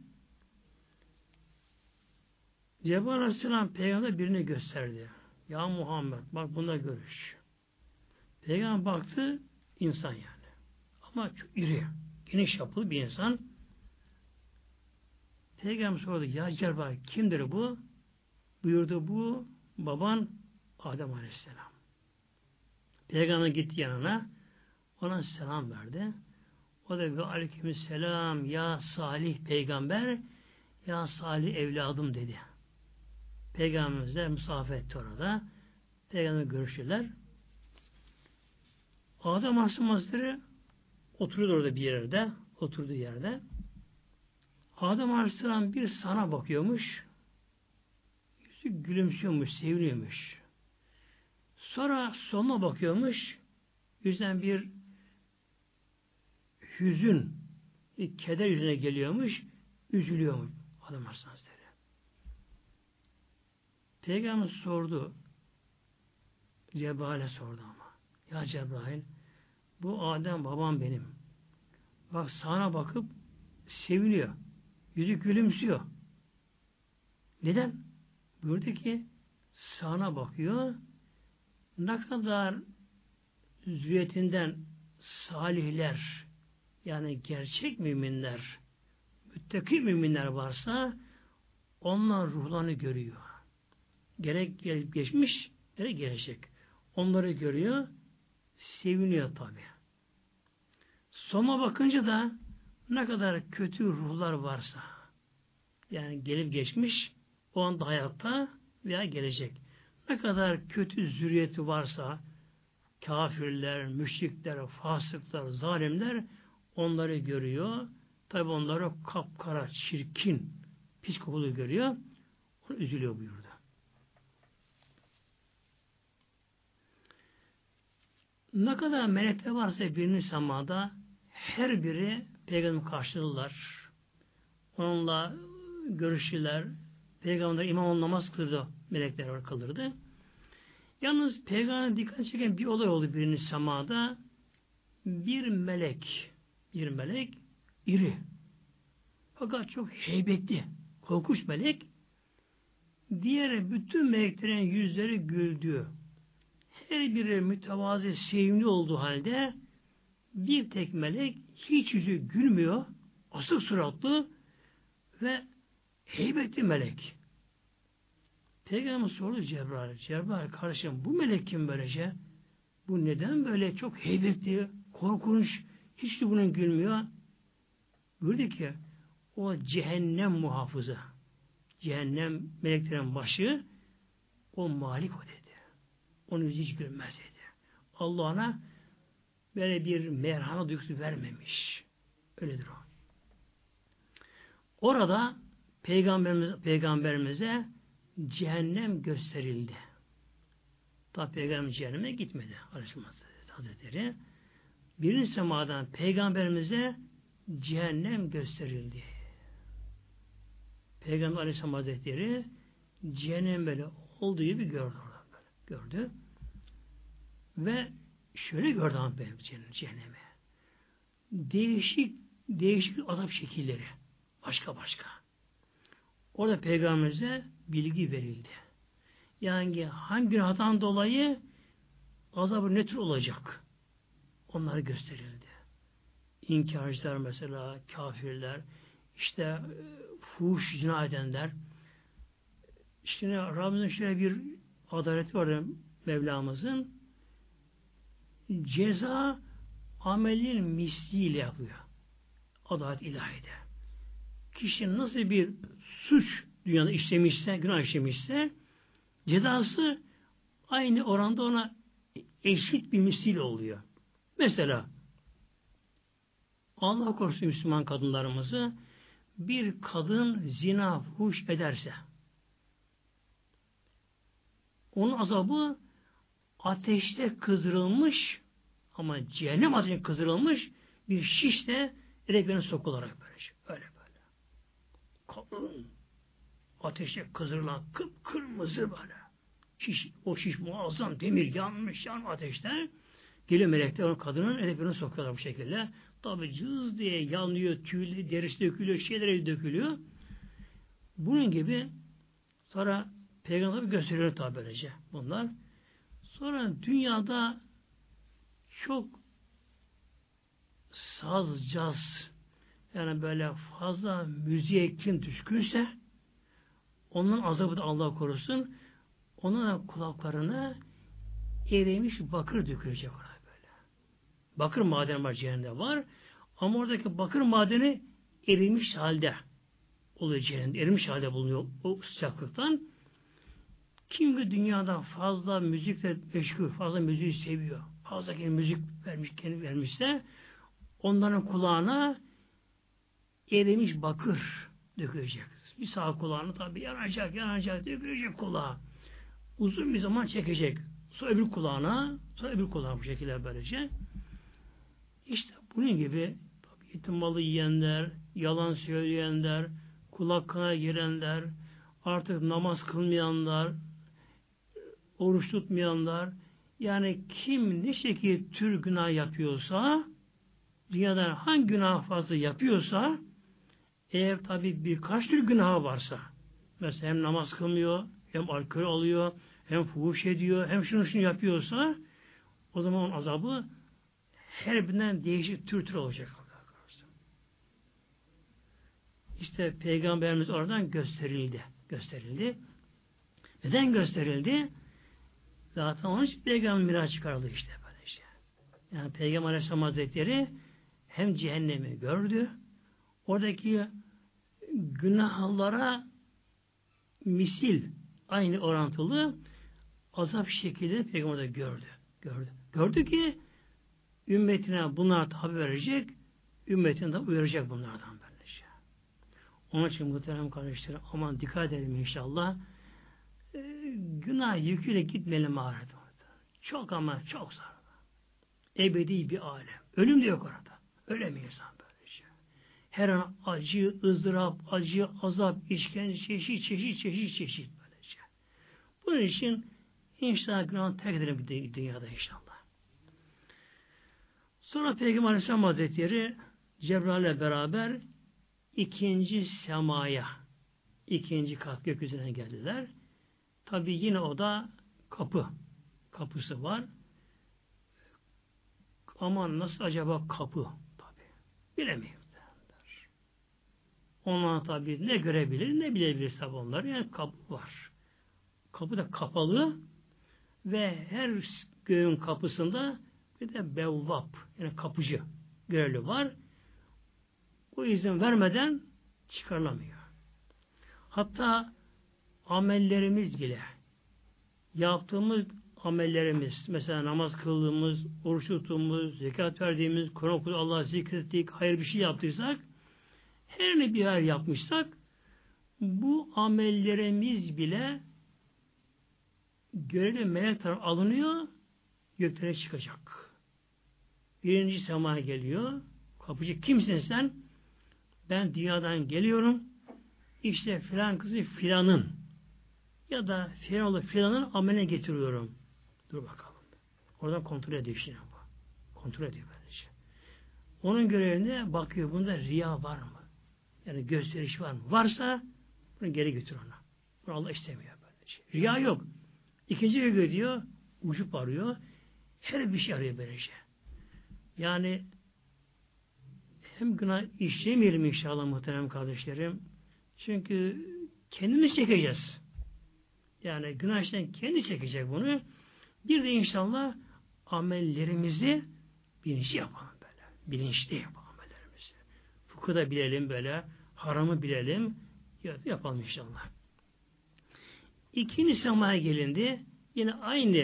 Cebrail Aleyhisselam Peygamber birine gösterdi. Ya Muhammed bak bunda görüş. Peygamber baktı insan yani. Ama çok iri, geniş yapılı bir insan. Peygamber sordu. Ya Cebrail kimdir bu? Buyurdu bu baban Adem Aleyhisselam. Peygamber gitti yanına. Ona selam verdi. O da ve aleykümselam ya salih peygamber ya salih evladım dedi. Peygamberimizle misafir etti orada. Peygamber görüşürler. Adem Aleyhisselam Hazretleri oturuyordu orada bir yerde. Oturduğu yerde. Adem Aleyhisselam bir sana bakıyormuş. Yüzü gülümsüyormuş, seviniyormuş. Sonra sonuna bakıyormuş. Yüzden bir hüzün, bir keder yüzüne geliyormuş. Üzülüyormuş Adem Aleyhisselam Hazretleri. Peygamber sordu. Cebrail'e sordu ama. Ya Cebrail, bu Adem babam benim. Bak sana bakıp seviniyor. Yüzü gülümsüyor. Neden? Buyurdu ki sana bakıyor. Ne kadar zürriyetinden salihler yani gerçek müminler, müttaki müminler varsa onlar ruhlarını görüyor. Gerek gelip geçmiş, gerek gelecek. Onları görüyor, seviniyor tabi. Sona bakınca da ne kadar kötü ruhlar varsa, yani gelip geçmiş, o anda hayatta veya gelecek. Ne kadar kötü zürriyeti varsa, kafirler, müşrikler, fasıklar, zalimler onları görüyor. Tabi onları kapkara, çirkin, pis kokulu görüyor. Onu üzülüyor buyurdu. Ne kadar melekler varsa birinin semada her biri peygamber karşıladılar. Onunla görüşürler. Peygamber imam namaz kılırdı. Melekler kılırdı. Yalnız peygamber dikkat çeken bir olay oldu birinin semada. Bir melek bir melek iri. Fakat çok heybetli. Korkunç melek. Diğer bütün meleklerin yüzleri güldü. Her biri mütevazi, sevimli olduğu halde bir tek melek hiç yüzü gülmüyor, asık suratlı ve heybetli melek. Peygamber sordu Cebrail. Cebrail kardeşim bu melek kim böylece? Bu neden böyle çok heybetli, korkunç, hiç de bunun gülmüyor? Buyurdu ki o cehennem muhafızı. Cehennem meleklerin başı o Malik o dedi. Onun yüzü hiç gülmez dedi. Allah ona böyle bir merhamet duygusu vermemiş. Öyledir o. Orada Peygamberimiz, Peygamberimize cehennem gösterildi. Tabi Peygamber cehenneme gitmedi. Aleyhisselam Hazretleri. Birinci semadan Peygamberimize cehennem gösterildi. Peygamber Aleyhisselam Hazretleri cehennem böyle olduğu gibi gördü orada böyle. Gördü. Ve şöyle gördü ama cehennemi. Değişik değişik azap şekilleri. Başka başka. Orada Peygamberimize bilgi verildi. Yani hangi günahtan dolayı azabı ne tür olacak? Onları gösterildi. İnkarcılar mesela, kafirler, işte fuhuş zina edenler. İşte Rabbimizin şöyle bir adaleti var Mevlamızın. Ceza amelin misliyle yapıyor. Adalet ilahide. Kişi nasıl bir suç dünyada işlemişse, günah işlemişse cezası aynı oranda ona eşit bir misil oluyor. Mesela Allah korusun Müslüman kadınlarımızı bir kadın zina, fuhuş ederse onun azabı ateşte kızdırılmış ama cehennem ateşine kızdırılmış bir şişle eleklerine sokularak böyle. Öyle böyle. Kalın ateşte kızdırılan kıpkırmızı böyle. Şiş, o şiş muazzam demir yanmış yan ateşte. Geliyor melekler onun kadının eleklerine sokuyorlar bu şekilde. tabi cız diye yanıyor, tüy, derisi dökülüyor, şeyler dökülüyor. Bunun gibi sonra Peygamber gösteriyor tabi böylece bunlar. Sonra dünyada çok saz, caz, yani böyle fazla müziğe kim düşkünse ondan azabı da Allah korusun, onun kulaklarına erimiş bakır dökülecek oraya böyle. Bakır madeni var, cehennemde var. Ama oradaki bakır madeni erimiş halde oluyor cehennemde. Erimiş halde bulunuyor o sıcaklıktan. Kim ki dünyada fazla müzikle meşgul, fazla müziği seviyor, fazla kendi müzik vermiş, kendi vermişse onların kulağına erimiş bakır dökülecek. Bir sağ kulağını tabi yanacak, yanacak, dökülecek kulağa. Uzun bir zaman çekecek. Sonra öbür kulağına, sonra öbür kulağına bu şekilde böylece. İşte bunun gibi tabi yetim malı yiyenler, yalan söyleyenler, kulak kana girenler, artık namaz kılmayanlar, oruç tutmayanlar, yani kim ne şekilde tür günah yapıyorsa, dünyada hangi günah fazla yapıyorsa, eğer tabi birkaç tür günah varsa, mesela hem namaz kılmıyor, hem alkol alıyor, hem fuhuş ediyor, hem şunu şunu yapıyorsa, o zaman onun azabı her birinden değişik tür tür olacak. İşte Peygamberimiz oradan gösterildi. Gösterildi. Neden gösterildi? Zaten onun için Peygamber miraç çıkarıldı işte böyle şey. Yani Peygamber Aleyhisselam Hazretleri hem cehennemi gördü, oradaki günahlara misil, aynı orantılı azap şekilde Peygamber de gördü. Gördü. Gördü ki ümmetine bunlar haber verecek, ümmetine de uyaracak bunlardan böylece. Onun için muhterem kardeşlerim, aman dikkat edelim inşallah. Ee, günah yüküyle gitmeyelim ahirete. Çok ama çok zor. Ebedi bir alem. Ölüm de yok orada. Ölemiyor insan böylece. Her an acı, ızdırap, acı, azap, işkence, çeşit, çeşit, çeşit, çeşit böylece. Bunun için inşallah günahı terk edelim dünyada inşallah. Sonra Peygamber Aleyhisselam Hazretleri Cebrail'le beraber ikinci semaya, ikinci kat gökyüzüne geldiler. Tabi yine o da kapı. Kapısı var. Ama nasıl acaba kapı? Tabi. Bilemiyorlar. Onlar tabi ne görebilir ne bilebilir tabi onlar. Yani kapı var. Kapı da kapalı ve her göğün kapısında bir de bevvap, yani kapıcı görevli var. O izin vermeden çıkarılamıyor. Hatta amellerimiz bile, yaptığımız amellerimiz, mesela namaz kıldığımız, oruç tuttuğumuz, zekat verdiğimiz, Kur'an okuduğumuz, Allah'ı zikrettik, hayır bir şey yaptıysak, her ne bir hayır yapmışsak, bu amellerimiz bile görevli melek tarafından alınıyor, göklere çıkacak. Birinci semaya geliyor, kapıcı kimsin sen? Ben dünyadan geliyorum, işte filan kızı filanın ya da filan filanın ameline getiriyorum. Dur bakalım. Oradan kontrol ediyor işte bu. Kontrol ediyor böylece. Onun görevine bakıyor. Bunda riya var mı? Yani gösteriş var mı? Varsa bunu geri götür ona. Bunu Allah istemiyor böylece. Riya yok. İkinci göğü diyor, ucup arıyor. Her bir şey arıyor böylece. Yani hem günah işlemeyelim inşallah muhterem kardeşlerim. Çünkü kendimiz çekeceğiz. Yani günah işten kendi çekecek bunu. Bir de inşallah amellerimizi bilinçli yapalım böyle. Bilinçli yapalım amellerimizi. Fıkıhı bilelim böyle. Haramı bilelim. Yapalım inşallah. İkinci semaya gelindi. Yine aynı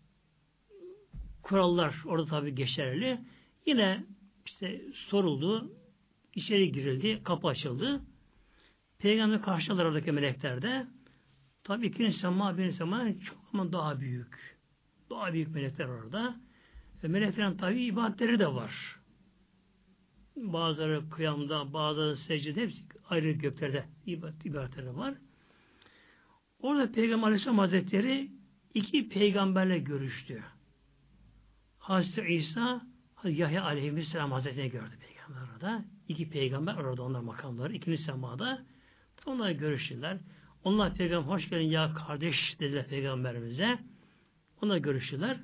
kurallar orada tabi geçerli. Yine işte soruldu. İçeri girildi. Kapı açıldı. Peygamber karşıladılar oradaki melekler de. Tabii ikinci sema, birinci sema çok ama daha büyük. Daha büyük melekler orada. Ve meleklerin tabii ibadetleri de var. Bazıları kıyamda, bazıları secdede, hepsi ayrı göklerde ibadet, ibadetleri var. Orada Peygamber Aleyhisselam Hazretleri iki peygamberle görüştü. Hazreti İsa, Yahya Aleyhisselam Hazretleri gördü peygamber orada. İki peygamber orada, onlar makamları. İkinci semada. Onlar görüştüler. Onlar peygamber hoş geldin ya kardeş dediler peygamberimize. Onlar görüştüler.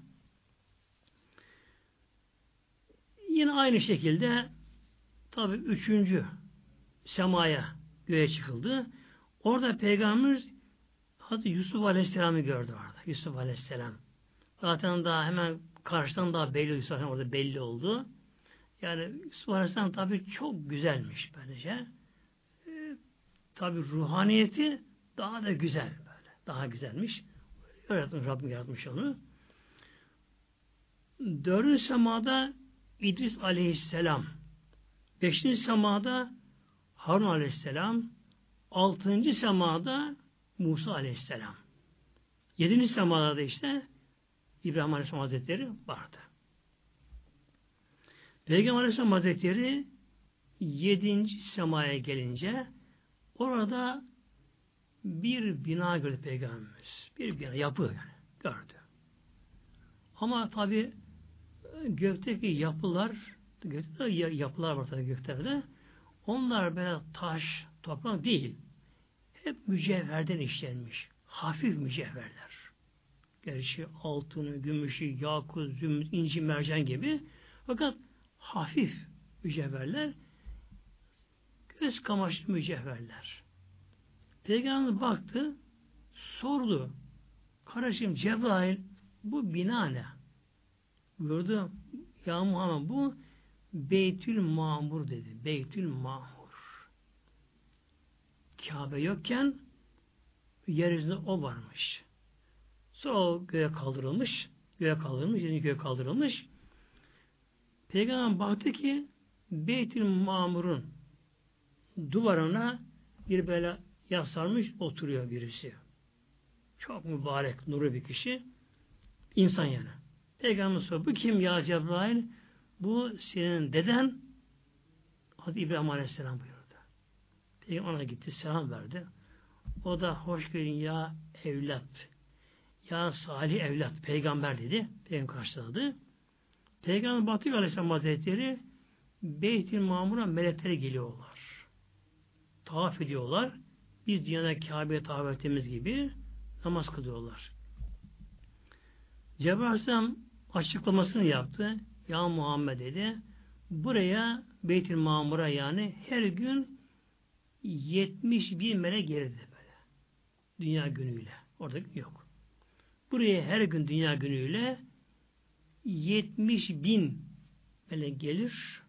Yine aynı şekilde tabi üçüncü semaya, göğe çıkıldı. Orada peygamberimiz Hazreti Yusuf Aleyhisselam'ı gördü orada. Yusuf Aleyhisselam. Zaten daha hemen karşıdan daha belli, Yusuf Aleyhisselam orada belli oldu. Yani Yusuf Aleyhisselam tabi çok güzelmiş böylece. E, tabi ruhaniyeti daha da güzel böyle. Daha güzelmiş. Yaratmış, Rabbim yaratmış onu. Dördüncü semada İdris Aleyhisselam. Beşinci semada Harun Aleyhisselam. Altıncı semada Musa Aleyhisselam. Yedinci semada da işte İbrahim Aleyhisselam Hazretleri vardı. Peygamber Aleyhisselam Hazretleri yedinci semaya gelince orada bir bina gördü Peygamberimiz. Bir bina, yapı yani, gördü. Ama tabi gökteki yapılar, gökte yapılar var tabi göklerde. Onlar böyle taş, toprak değil. Hep mücevherden işlenmiş. Hafif mücevherler. Gerçi altını, gümüşü, yakut, zümrüt, inci, mercan gibi. Fakat hafif mücevherler, göz kamaşlı mücevherler. Peygamber baktı, sordu. Kardeşim Cebrail, bu bina ne? Buyurdu, ya Muhammed bu Beytül Mamur dedi. Beytül Mamur. Kabe yokken yeryüzünde o varmış. Sonra o göğe kaldırılmış. Göğe kaldırılmış. Yeni göğe kaldırılmış. Peygamber baktı ki Beytül Mamur'un duvarına bir böyle yaslanmış oturuyor birisi. Çok mübarek, nuru bir kişi. İnsan yani. Peygamber soruyor. Bu kim ya Cebrail? Bu senin deden Hazreti İbrahim Aleyhisselam buyurdu. Peygamber ona gitti. Selam verdi. O da hoş geldin ya evlat. Ya salih evlat. Peygamber dedi. Peygamber karşıladı. Peygamber Batı Aleyhisselam Hazretleri Beyt-i Mamur'a melekleri geliyorlar. Tavaf ediyorlar. Biz dünyada Kabe'ye tavaf ettiğimiz gibi namaz kılıyorlar. Cebrail Aleyhisselam açıklamasını yaptı. Ya Muhammed dedi. Buraya Beyt-i Mamur'a yani her gün yetmiş bin melek gelirdi böyle. Dünya günüyle. Orada yok. Buraya her gün dünya günüyle yetmiş bin melek gelir.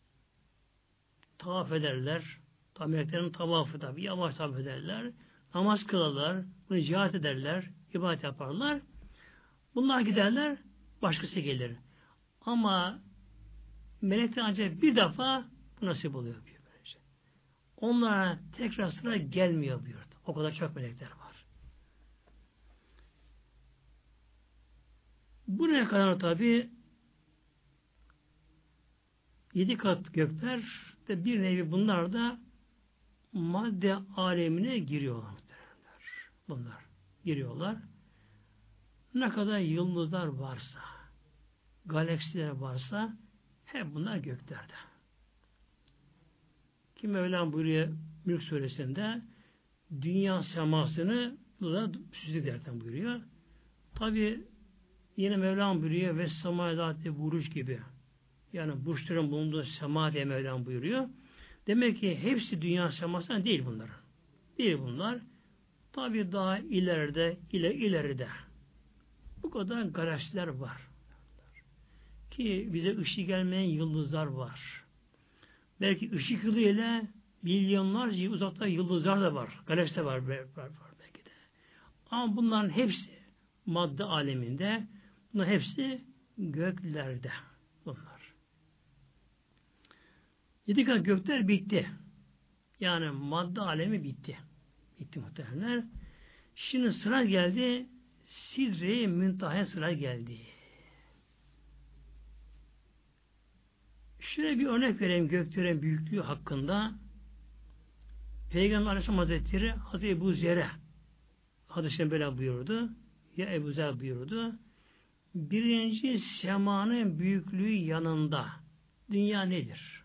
Tavaf ederler. Tam meleklerin tavafı tabi. Yavaş tavaf ederler. Namaz kılarlar. Bunu cihat ederler. İbadet yaparlar. Bunlar giderler. Başkası gelir. Ama melekler ancak bir defa bu nasip oluyor. Böylece. Onlara tekrar sıra gelmiyor buyurdu. O kadar çok melekler var. Buraya kadar tabi yedi kat gökler de bir nevi bunlar da madde alemine giriyorlar. Bunlar giriyorlar. Ne kadar yıldızlar varsa, galaksiler varsa hep bunlar göklerde. Ki Mevlam buyuruyor Mülk Suresi'nde dünya semasını da süslü derken buyuruyor. Tabi yine Mevlam buyuruyor ve semayedati buruç gibi. Yani burçların bulunduğu sema diye Mevlam buyuruyor. Demek ki hepsi dünya semasından değil bunların. Değil bunlar. Tabi daha ileride, ile ileride. Bu kadar galaksiler var. Ki bize ışık gelmeyen yıldızlar var. Belki ışık yılı ile milyonlarca uzakta yıldızlar da var. Galaksiler var, var, var belki de. Ama bunların hepsi madde aleminde. Bunların hepsi göklerde. Bunlar. Yedi kat gökler bitti. Yani madde alemi bitti. Bitti muhtemelen. Şimdi sıra geldi Sidre-i Müntaha'ya sıra geldi. Şöyle bir örnek vereyim göklerin büyüklüğü hakkında. Peygamber Aleyhisselam Hazretleri Hazreti Ebu Zer'e hadis-i böyle buyurdu. Ya Ebu Zer buyurdu. birinci semanın büyüklüğü yanında dünya nedir?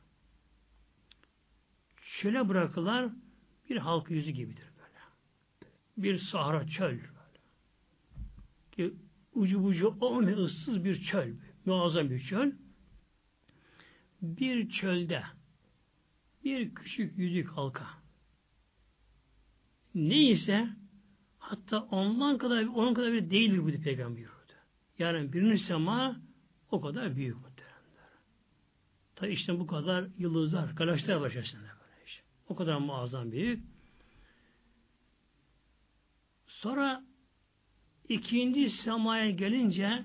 Çöle bırakılar bir halk yüzü gibidir böyle. Bir sahra çöl böyle. Ki ucu bucu olmayan ıssız bir çöl. Muazzam bir çöl. Bir çölde bir küçük yüzük halka. Neyse hatta ondan kadar onun kadar bir değildir bu peygamber buyurdu. Yani birinci sema o kadar büyük muhteremler. Tabi işte bu kadar yıldızlar, galaksiler var içerisinde böyle işte. O kadar muazzam büyük. Sonra ikinci semaya gelince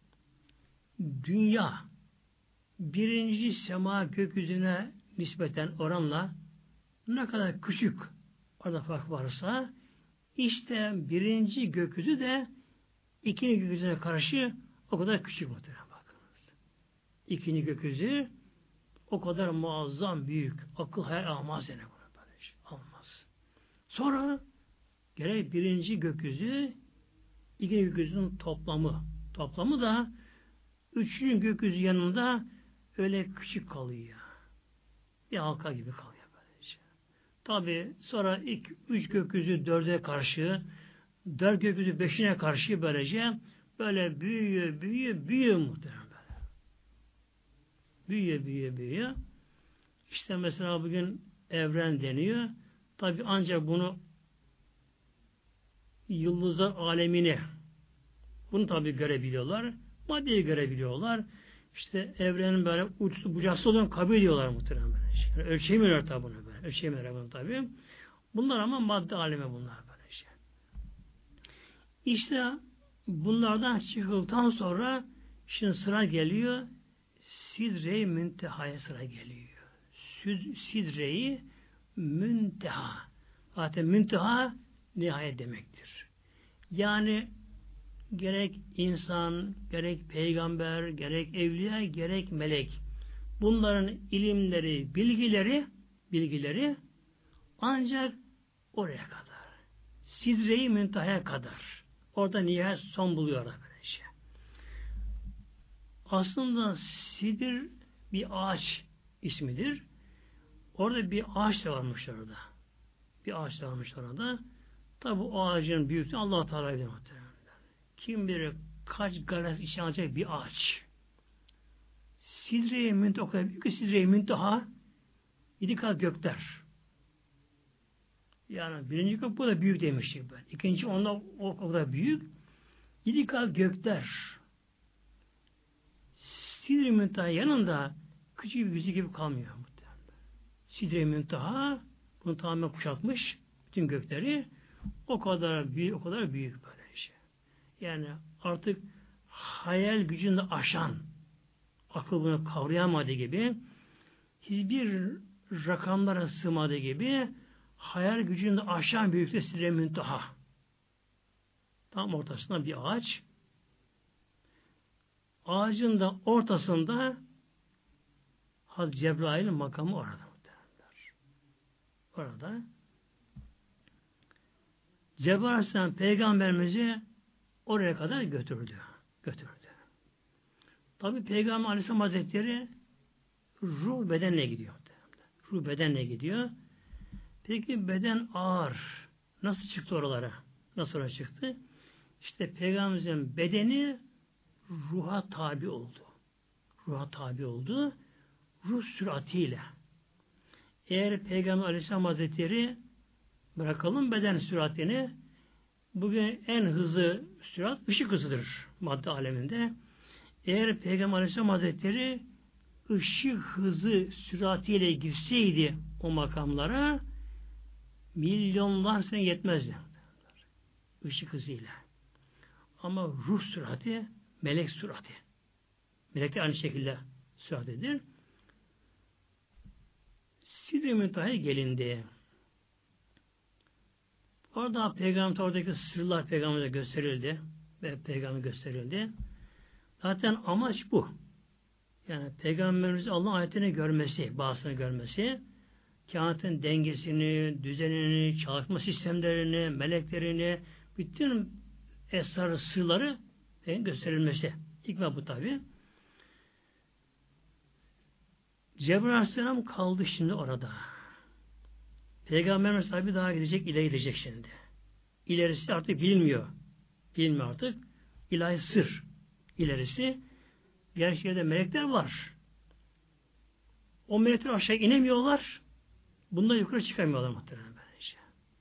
dünya birinci sema gökyüzüne nispeten oranla ne kadar küçük orada fark varsa işte birinci gökyüzü de ikinci gökyüzüne karşı o kadar küçük muhtemelen bakınız. İkinci gökyüzü o kadar muazzam büyük. Akıl hayal almaz yani bunu böyle şey. Almaz. Sonra gerek birinci gökyüzü ikinci gökyüzünün toplamı. Toplamı da üçüncü gökyüzü yanında öyle küçük kalıyor. Bir halka gibi kalıyor böylece. Tabi sonra ilk üç gökyüzü dörde karşı, dört gökyüzü beşine karşı böylece böyle büyüyor, büyüyor, büyüyor muhtemelen böyle. Büyüyor, büyüyor, büyüyor. İşte mesela bugün evren deniyor. Tabi ancak bunu yıldızlar alemini bunu tabi görebiliyorlar. Maddeyi görebiliyorlar. İşte evrenin böyle uçsu bucaksı olduğunu kabul ediyorlar muhtemelen. Yani ölçemiyorlar tabi bunu böyle. Ölçemiyorlar bunu tabi. Bunlar ama madde alemi bunlar böyle şey. İşte bunlardan çıkıldıktan sonra şimdi sıra geliyor Sidre-i Münteha'ya sıra geliyor. Sidre-i Münteha. Zaten Münteha nihayet demektir. Yani gerek insan, gerek peygamber, gerek evliya, gerek melek. Bunların ilimleri, bilgileri, bilgileri ancak oraya kadar. Sidre-i Münteha'ya kadar. Orada nihayet son buluyor böyle şey. Aslında sidir bir ağaç ismidir. Orada bir ağaç da varmış orada. Bir ağaç da varmış orada. Tabi o ağacın büyüklüğü Allah-u Teala bilir muhtemelen. Kim bilir kaç galaksi içine alacak bir ağaç. Sidre-i Münteha o kadar büyük ki Sidre-i Münteha yedi kat gökler. Yani birinci gök bu da büyük demiştik ben. İkinci onda o kadar büyük. Yedi kat gökler. Sidre-i Münteha yanında küçük bir yüzü gibi kalmıyor. Sidre-i Münteha bunu tamamen kuşatmış bütün gökleri. O kadar büyük, o kadar büyük böyle şey. Yani artık hayal gücünü aşan, akıl bunu kavrayamadığı gibi, hiçbir rakamlara sığmadığı gibi hayal gücünü aşan büyüklükte Sidre-i Münteha. Tam ortasında bir ağaç. Ağacın da ortasında Hazreti Cebrail'in makamı orada. Orada Cebrail Aleyhisselam Peygamberimizi oraya kadar götürdü. Götürdü. Tabi Peygamber Aleyhisselam Hazretleri ruh bedenle gidiyor. Ruh bedenle gidiyor. Peki beden ağır. Nasıl çıktı oralara? Nasıl oraya çıktı? İşte Peygamberimizin bedeni ruha tabi oldu. Ruha tabi oldu. Ruh süratiyle. Eğer Peygamber Aleyhisselam Hazretleri bırakalım beden süratini, bugün en hızlı sürat ışık hızıdır madde aleminde. Eğer Peygamber Aleyhisselam Hazretleri ışık hızı süratiyle girseydi o makamlara milyonlar sene yetmezdi. Işık hızıyla. Ama ruh sürati, melek sürati. Melek de aynı şekilde süratidir. Sidre-i Münteha'ya gelindi. Orada Peygamber oradaki sırlar Peygamber'e gösterildi ve Peygamber gösterildi. Zaten amaç bu. Yani Peygamberimiz Allah ayetini görmesi, bazısını görmesi, kainatın dengesini, düzenini, çalışma sistemlerini, meleklerini, bütün esrar sırları gösterilmesi Hikmet bu tabi. Cebrail Aleyhisselam kaldı şimdi orada. Peygamberimiz tabi daha gidecek, ileri gidecek şimdi. İlerisi artık bilmiyor. Bilmiyor artık. İlahi sır. İlerisi. Gerçi yerde melekler var. O melekler aşağı inemiyorlar. Bundan yukarı çıkamıyorlar muhtemelen böylece.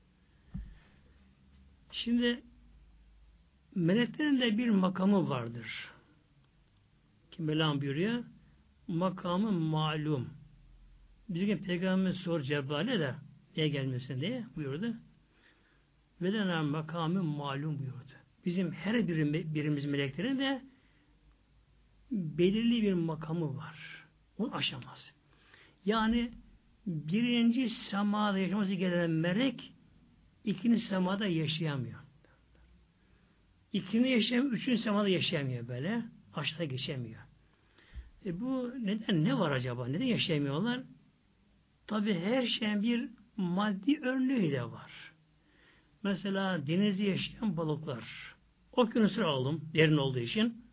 Şimdi meleklerin de bir makamı vardır. Ki Mevlam buyuruyor. Makamı malum. Bizim Peygamberimiz sor Cebrail'e de niye gelmesin diye buyurdu. Ve de makamı malum buyurdu. Bizim her birim, birimiz meleklerin de belirli bir makamı var. Onu aşamaz. Yani birinci semada yaşaması gereken melek ikinci semada yaşayamıyor. İkinci yaşayamıyor, üçüncü semada yaşayamıyor böyle. Aşağıda geçemiyor. E bu neden? Ne var acaba? Neden yaşayamıyorlar? Tabi her şeyin bir maddi örneği de var. Mesela denizde yaşayan balıklar. Okyanusu aldım, derin olduğu için.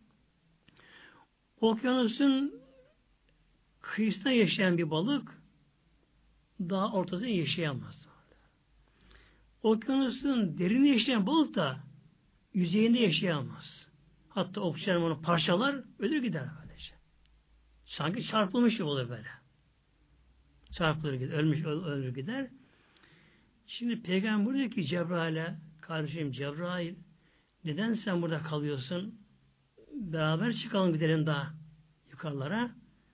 Okyanusun kıyısında yaşayan bir balık daha ortasında yaşayamaz. Okyanusun derin yaşayan balık da yüzeyinde yaşayamaz. Hatta oksijen onu parçalar, ölür gider böylece. Sanki çarpılmış gibi olur böyle. Çarpılır gider, ölmüş ölür gider. Şimdi Peygamber diyor ki Cebrail'e, kardeşim Cebrail, neden sen burada kalıyorsun? Beraber çıkalım gidelim daha yukarılara.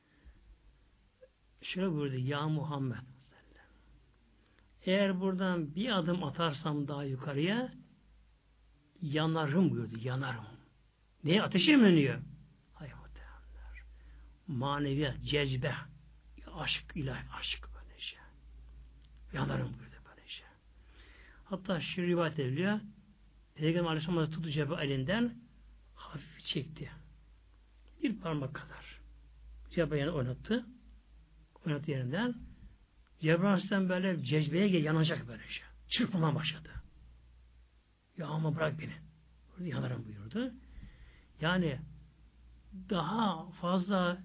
Şöyle buyurdu, ya Muhammed, eğer buradan bir adım atarsam daha yukarıya yanarım buyurdu, yanarım. Neye? Ateşe mi yanıyor? Hayır muhtemelenler. Maneviyat, cezbe, aşk, ilahi aşk böyle şey. Yanarım buyurdu böyle şey. Hatta şu rivayet ediliyor. Peygamber Aleyhisselam tuttu Cebrail elinden hafif çekti. Bir parmak kadar. Cebrail yani oynattı. Oynattı yerinden. Cebrail Aleyhisselam böyle cezbeye gel, yanacak böyle şey. Çırpmaya başladı. Ya ama bırak beni. Burada yanarım buyurdu. Yani daha fazla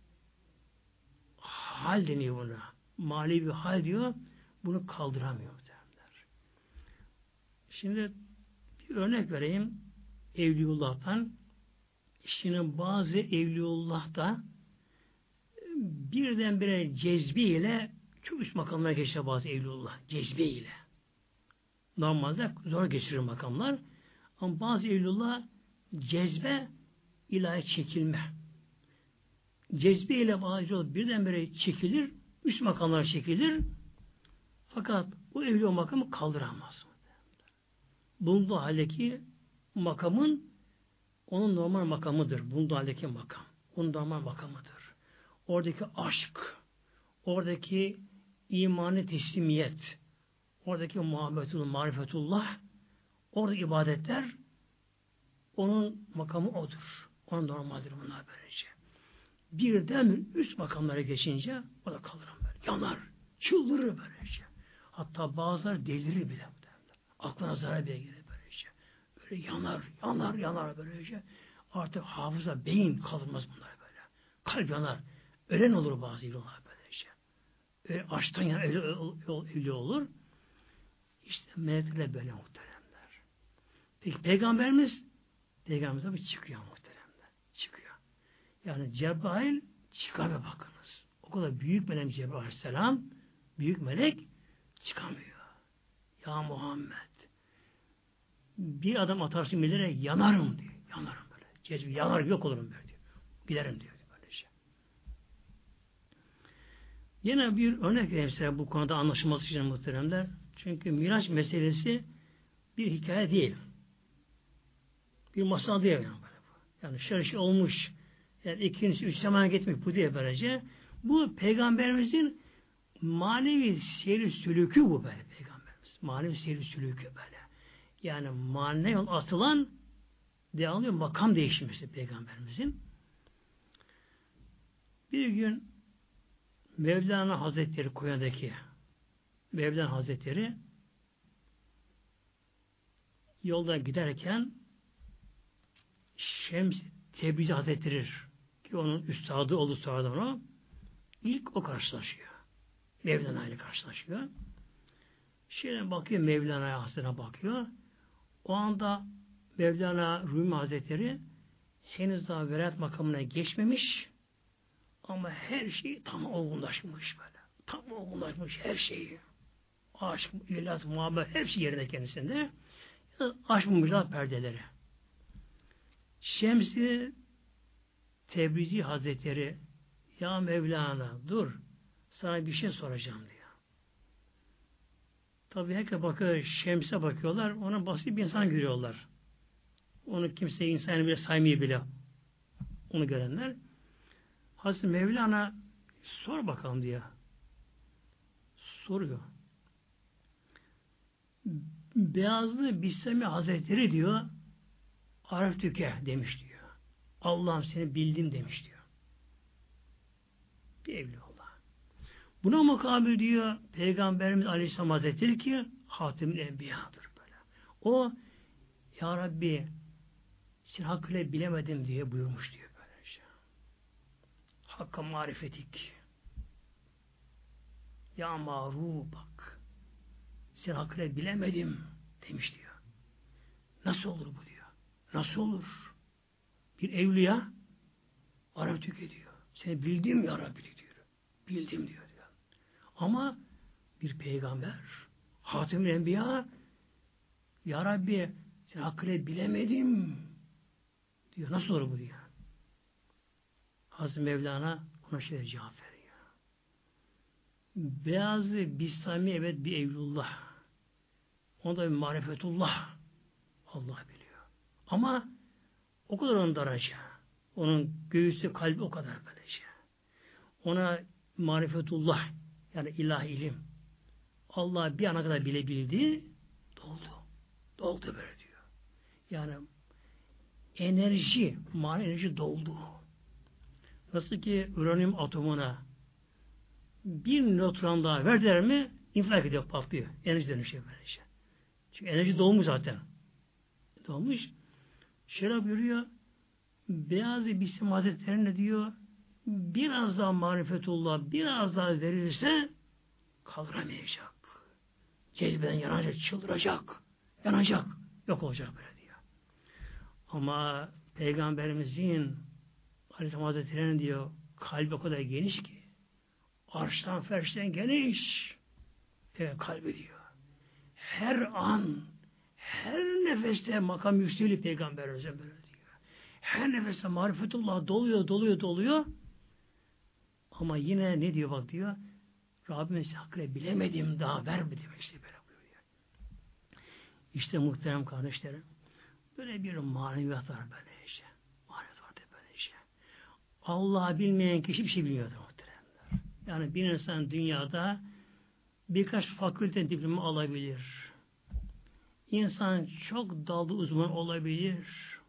hal deniyor buna. Mali bir hal diyor. Bunu kaldıramıyor derler. Şimdi bir örnek vereyim. Evliyullah'tan. Şimdi bazı Evliyullah'ta birdenbire cezbiyle çok üst makamlara geçer bazı Evliyullah. Cezbiyle. Normalde zor geçirir makamlar. Ama bazı Evliyullah cezbe ilahi çekilme. Cezbe ile bazı yol birdenbire çekilir, üst makamlara çekilir. Fakat o evliya makamı kaldıramaz. Bulunduğu haldeki makamın onun normal makamıdır. Bulunduğu haldeki makam. Onun normal makamıdır. Oradaki aşk, oradaki imani teslimiyet, oradaki muhabbetullah, marifetullah, oradaki ibadetler onun makamı odur. Onun normaldir bunlar böylece. Birden üst makamlara geçince o da kalır böyle. Yanar, çıldırır böylece. Hatta bazıları delirir bile. Aklına zarar bile gelir böylece. Böyle yanar, yanar, yanar böylece. Artık hafıza, beyin kalmaz bunlar böyle. Kalp yanar. Ölen olur bazı yıllar böylece. Öyle açtan yanar, evli olur. İşte meleklerle böyle muhteremler. Peki Peygamberimiz Peygamberimiz tabi çıkıyor muhteremler. Çıkıyor. Yani Cebrail çıkamıyor bakınız. O kadar büyük melek Cebrail Aleyhisselam, büyük melek çıkamıyor. Ya Muhammed, bir adam atarsın ileri yanarım diyor. Yanarım böyle. Cezbi, yanarım, yok olurum böyle diyor. Giderim diyor. Böyle şey. Yine bir örnek vereyim size bu konuda anlaşılması için muhteremler. Çünkü Miraç meselesi bir hikaye değil. Bir masal değil. Yani, yani şöyle şey olmuş. Yani ikincisi, üç zamana gitmiş. Bu diye böylece. Bu Peygamberimizin manevi seyri sülükü bu böyle Peygamberimiz. Manevi seyri sülükü böyle. Yani manevi yol atılan devamlı makam değişmesi Peygamberimizin. Bir gün Mevlana Hazretleri Konya'daki Mevlana Hazretleri yolda giderken Şems Tebrizi Hazretleri ki onun üstadı oldu sonradan o. İlk o karşılaşıyor. Mevlana ile karşılaşıyor. Şöyle bakıyor Mevlana'ya Hazretleri'ne bakıyor. O anda Mevlana Rumi Hazretleri henüz daha velayet makamına geçmemiş ama her şey tam olgunlaşmış böyle. Tam olgunlaşmış her şeyi. Aşk, ilat, muhabbet hepsi yerine kendisinde. Açmamışlar perdeleri. Şemsi Tebrizi Hazretleri ya Mevlana dur sana bir şey soracağım diyor. Tabi herkes bakıyor Şems'e bakıyorlar ona basit bir insan görüyorlar. Onu kimse insanı bile saymıyor bile. Onu görenler. Hazreti Mevlana sor bakalım diyor. Soruyor. Beyazlı Bistami Hazretleri diyor Arif Tüke demiş diyor. Allah'ım seni bildim demiş diyor. Bir evli Allah. Buna mukabil diyor Peygamberimiz Aleyhisselam Hazretleri ki Hatemül Enbiya'dır böyle. O Ya Rabbi seni hakkıyla bilemedim diye buyurmuş diyor böylece. Hakka marifetik. Ya maru bak. Seni hakkıyla bilemedim demiş diyor. Nasıl olur bu diyor. Nasıl olur? Bir evliya Arap tüketiyor. Seni bildim ya Rabbi diyor. Bildim diyor, diyor. Ama bir peygamber Hatemül Enbiya Ya Rabbi seni hakkıyla bilemedim diyor. Nasıl olur bu diyor. Hazreti Mevlana ona şöyle cevap veriyor. Beyazı Bistami evet bir evlullah. Onda bir marifetullah. Allah biliyor. Ama o kadar onun daraca. Onun göğüsü, kalbi o kadar böylece. Ona marifetullah yani ilahi ilim. Allah bir ana kadar bilebildi. Doldu. Doldu böyle diyor. Yani enerji, mana enerji doldu. Nasıl ki uranyum atomuna bir nötron daha verdiler mi infilak ediyor, patlıyor. Enerji dönüşüyor böylece. Çünkü enerji dolmuş zaten. Dolmuş. Şöyle buyuruyor Beyaz-ı Bism Hazretleri'ne diyor biraz daha marifetullah biraz daha verilirse kaldıramayacak. Cezbeden yanacak, çıldıracak. Yanacak. Yok olacak böyle diyor. Ama Peygamberimizin Aleyhisselam Hazretleri'nin diyor kalbi o kadar geniş ki arştan ferşten geniş evet, kalbi diyor. Her an her nefeste makam yükseliyor Peygamberimize böyle diyor. Her nefeste marifetullah doluyor, doluyor, doluyor. Ama yine ne diyor bak diyor. Rabbim hakkıyla bilemedim daha ver mi demek işte böyle buyuruyor. İşte muhterem kardeşlerim böyle bir maneviyat var böyle işte. Maneviyat var böyle işte. Allah'ı bilmeyen kişi bir şey bilmiyordur muhteremler. Yani bir insan dünyada birkaç fakülte diploma alabilir. İnsan çok dalda uzman olabilir.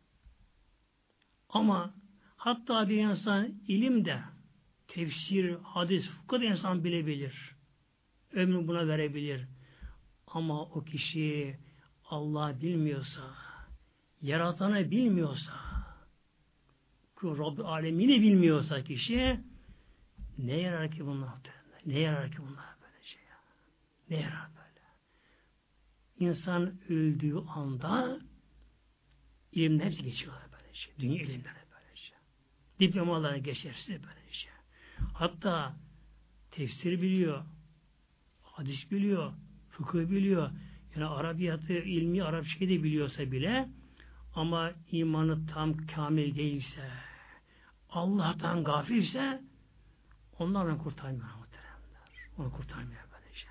Ama hatta bir insan ilimde tefsir, hadis, fıkıh insan bilebilir. Ömrünü buna verebilir. Ama o kişi Allah'ı bilmiyorsa, yaratanı bilmiyorsa, Rabb-i Alemini bilmiyorsa kişi ne yarar ki bunlar? Ne yarar ki bunlar böyle şey ya? Ne yarar böyle? İnsan öldüğü anda ilimler hepsi geçiyorlar böyle şey. Dünya ilimleri böyle şey. Diplomalarına geçersiz böyle şey. Hatta tefsir biliyor, hadis biliyor, fıkıh biliyor. Yani Arabiyatı, ilmi Arapçayı da biliyorsa bile ama imanı tam kamil değilse, Allah'tan gafilse onlarla kurtarmıyor muhteremler. Onu kurtarmıyor böyle şey.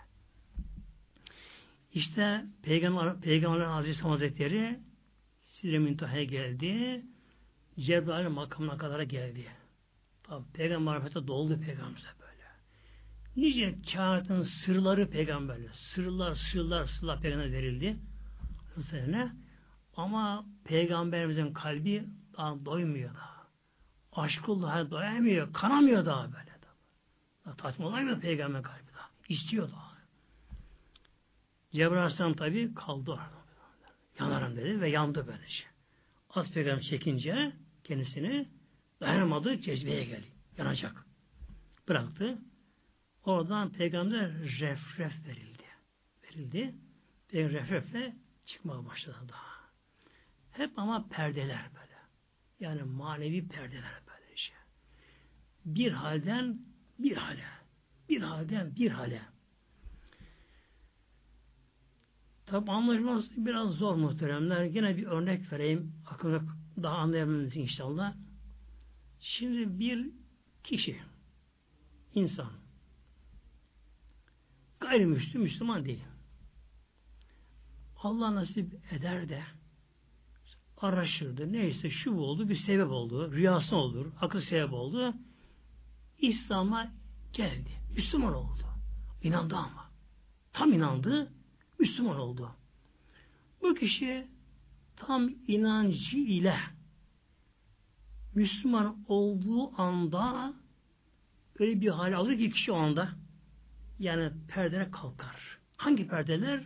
İşte Peygamber Peygamber Aleyhisselam Hazretleri Sidre-i Münteha'ya geldi. Cebrail makamına kadar geldi. Tabi Peygamber marifete doldu Peygamber'e böyle. Nice kainatın sırları Peygamber'le. Sırlar, sırlar, sırlar Peygamber'e verildi. Üzerine. Ama Peygamberimizin kalbi daha doymuyor daha. Aşkullah'a doyamıyor, kanamıyor daha böyle. Daha tatmin olamıyor Peygamber kalbi daha. İstiyor daha. Cebrail Aleyhisselam tabi kaldı orada. Yanarım dedi ve yandı böylece. Az Peygamber çekince kendisini. Dayanamadı, cezbeye geldi. Yanacak. Bıraktı. Oradan peygamber refref verildi. Verildi. Peygamber refrefle çıkmaya başladı daha. Hep ama perdeler böyle. Yani manevi perdeler böyle işte. Bir halden bir hale. Bir halden bir hale. Tabi anlaşılması biraz zor muhteremler. Yine bir örnek vereyim. Aklına daha anlayabilmeniz inşallah. Şimdi bir kişi, insan, gayrimüslim, Müslüman değil. Allah nasip eder de araştırdı. Neyse şu oldu, bir sebep oldu. Rüyası olur, akıl sebep oldu. İslam'a geldi. Müslüman oldu. İnandı ama. Tam inandı. Müslüman oldu. Bu kişi tam inancı ile Müslüman olduğu anda öyle bir hal alır ki kişi o anda yani perdeler kalkar. Hangi perdeler?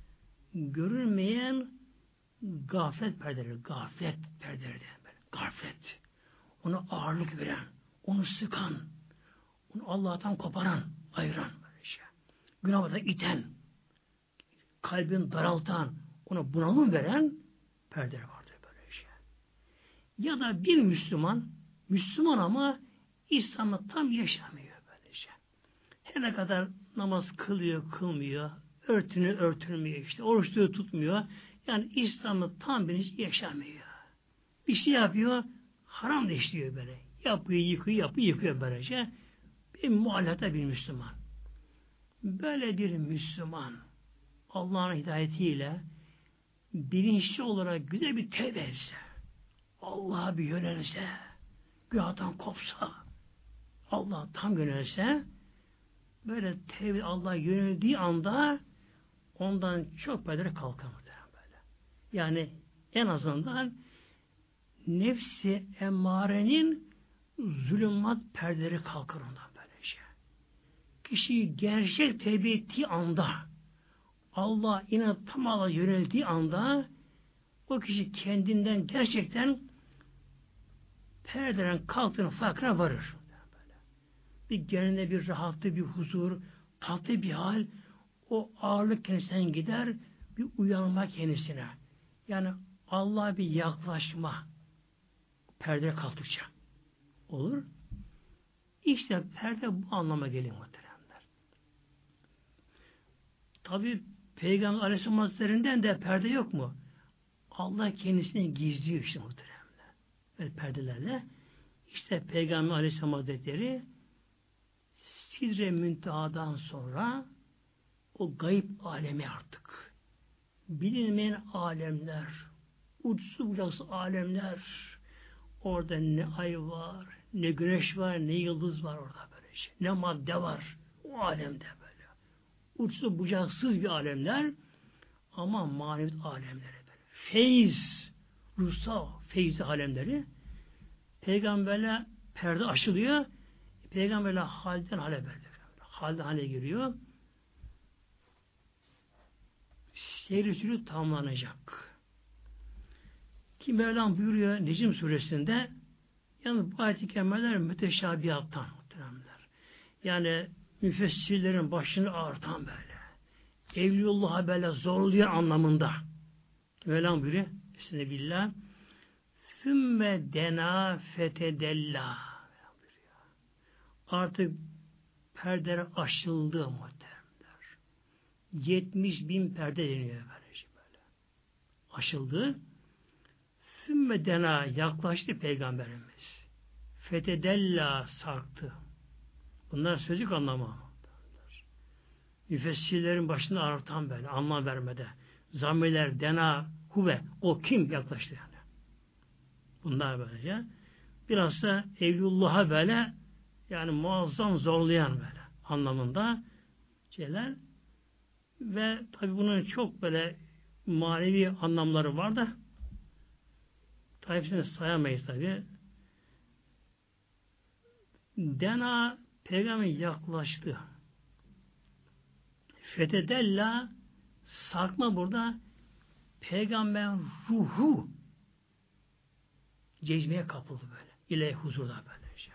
Görünmeyen gaflet perdeleri. Gaflet perdeleri. Gaflet. Ona ağırlık veren, onu sıkan, onu Allah'tan koparan, ayıran böyle şey. Günahına iten, kalbini daraltan, ona bunalım veren perdeler vardır böyle şey. Ya da bir Müslüman, Müslüman ama İslam'ı tam yaşamıyor böyle şey. Her ne kadar namaz kılıyor, kılmıyor, örtünü örtünmüyor işte, oruçluğu tutmuyor. Yani İslam'ı tam bilinçli yaşamıyor. Bir şey yapıyor, haram da işliyor böyle. Yapıyor, yıkıyor, yapıyor, yıkıyor böylece. Bir muallata bir Müslüman. Böyle bir Müslüman Allah'ın hidayetiyle bilinçli olarak güzel bir tevbe etse, Allah'a bir yönelse, günahtan kopsa, Allah'a tam yönelse, böyle tevbe Allah'a yöneldiği anda ondan çok bedeli kalkar böyle. Yani en azından nefsi emmarenin zulümat perdeleri kalkar ondan böyle şey. Kişi gerçek tevbe ettiği anda, Allah inat tam Allah'a yöneldiği anda o kişi kendinden gerçekten perdelerin kalktığının farkına varır. Böyle. Bir gönlünde bir rahatlık, bir huzur, tatlı bir hal, o ağırlık kendisinden gider, bir uyanma kendisine. Yani Allah'a bir yaklaşma perdeye kalktıkça olur. İşte perde bu anlama geliyor muhteremler. Tabi Peygamber Aleyhisselam Hazretlerinden de perde yok mu? Allah kendisini gizliyor işte muhteremler. Böyle perdelerle. İşte Peygamber Aleyhisselam Hazretleri Sidre Münteha'dan sonra o gayb alemi artık. Bilinmeyen alemler, uçsuz bucaksız alemler, orada ne ay var, ne güneş var, ne yıldız var orada böyle şey. Ne madde var o alemde böyle. Uçsuz bucaksız bir alemler ama manevi alemleri böyle. Feyiz, ruhsal feyiz alemleri. Peygamberle perde aşılıyor. Peygamberle halden hale böyle. Halden hale giriyor. Seyri sürü tamamlanacak. Ki Mevlam buyuruyor Necm suresinde yalnız bu ayet-i kerimeler müteşabihattan muhteremler. Yani müfessirlerin başını ağırtan böyle. Evliyullah'a böyle zorlayan anlamında. Mevlam buyuruyor Bismillah Sümme dena fetedella artık perdeler aşıldı muhteremler. Yetmiş bin perde deniyor böyle. böyle. Aşıldı. Sümme dena yaklaştı Peygamberimiz. Fetedella sarktı. Bunlar sözlük anlamı. Müfessirlerin başında artan böyle anlam vermede. Zamirler dena huve o kim yaklaştı yani. Bunlar böylece. Biraz da Evlullah'a böyle yani muazzam zorlayan böyle anlamında şeyler ve tabi bunun çok böyle manevi anlamları var da tabi hepsini sayamayız tabi. Dena Peygamber yaklaştı. Fetedella sarkma burada Peygamber ruhu Cezmeye kapıldı böyle. İlahi huzurda böylece.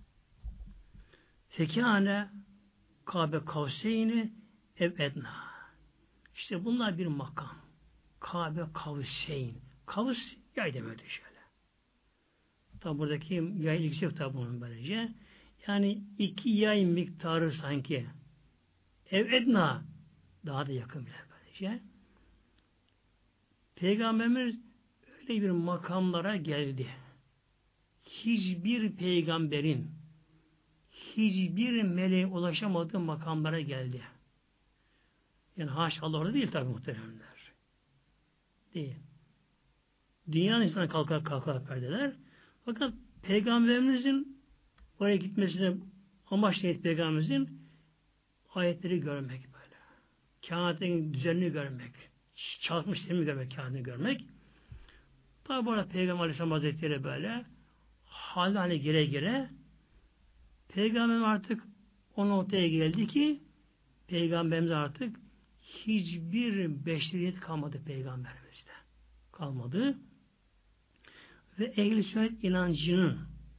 Fekâne Kabe Kavseyni ev edna. İşte bunlar bir makam. Kabe Kavseyn. Kavs yay demektir şöyle. Tabi buradaki yay ilgisi yok tabi bunun böylece. Yani iki yay miktarı sanki. Ev edna daha da yakın bile böylece. Peygamberimiz öyle bir makamlara geldi. Hiçbir peygamberin hiçbir meleğe ulaşamadığı makamlara geldi. Yani haşa Allah orada değil tabi muhteremler. Değil. Dünyanın insanı kalkar kalkar perdeler. Fakat Peygamberimizin oraya gitmesine amaç neydi Peygamberimizin? Ayetleri görmek böyle. Kainatın düzenini görmek. Çalışmış sistemi görmek, kainatını görmek. Tabi bu arada Peygamber Aleyhisselam Hazretleri böyle hal hale gire gire Peygamberimiz artık o noktaya geldi ki Peygamberimiz artık hiçbir beşeriyet kalmadı Peygamberimizde. Kalmadı. Ve ehl-i sünnet inancının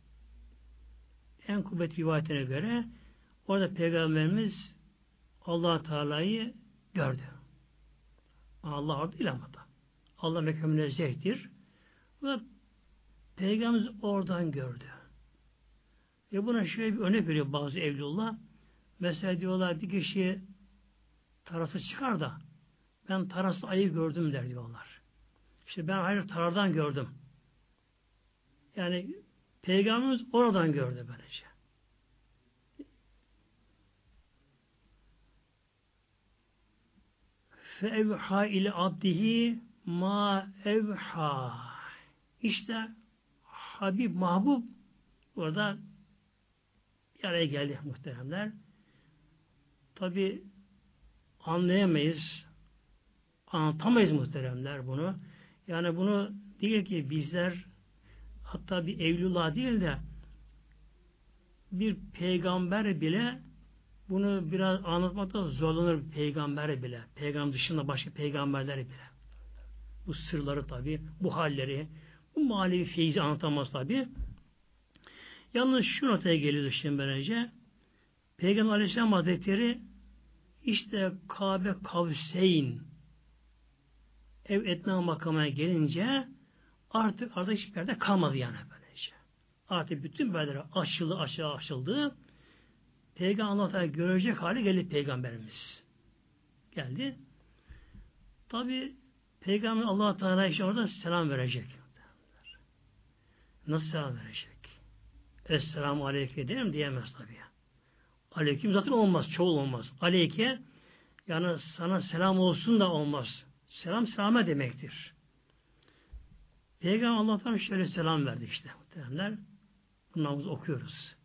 en kuvvetli rivayetine göre orada Peygamberimiz Allah Teala'yı gördü. Allah orada değil ama da. Allah mekamı zevktir. Ve Peygamberimiz oradan gördü. Ve buna şöyle bir örnek veriyor bazı evlullah. Mesela diyorlar bir kişi tarası çıkar da ben tarası ayı gördüm der diyorlar. İşte ben hayır tarardan gördüm. Yani Peygamberimiz oradan gördü böylece. Fe evha ile abdihi ma evha. İşte Habib, Mahbub orada bir araya geldi muhteremler. Tabi anlayamayız, anlatamayız muhteremler bunu. Yani bunu değil ki bizler hatta bir evlullah değil de bir peygamber bile bunu biraz anlatmakta zorlanır bir peygamber bile. Peygamber dışında başka peygamberler bile. Bu sırları tabi, bu halleri, bu manevi feyzi anlatamaz tabi. Yalnız şu notaya geliyoruz şimdi böylece. Peygamber Aleyhisselam Hazretleri işte Kabe Kavseyn ev etna makamına gelince artık artık hiçbir yerde kalmadı yani böylece. Artık bütün yerler açıldı, aşağı açıldı. Peygamber Allah Teala görecek hale geldi Peygamberimiz. Geldi. Tabi Peygamber Allah Teala işte orada selam verecek. Nasıl selam verecek? Esselamu aleyke derim diyemez tabi. Aleyküm zaten olmaz, çoğul olmaz. Aleyke yani sana selam olsun da olmaz. Selam selame demektir. Peygamber Allah'tan şöyle selam verdi işte. Muhtemelenler. Bunlarımızı okuyoruz.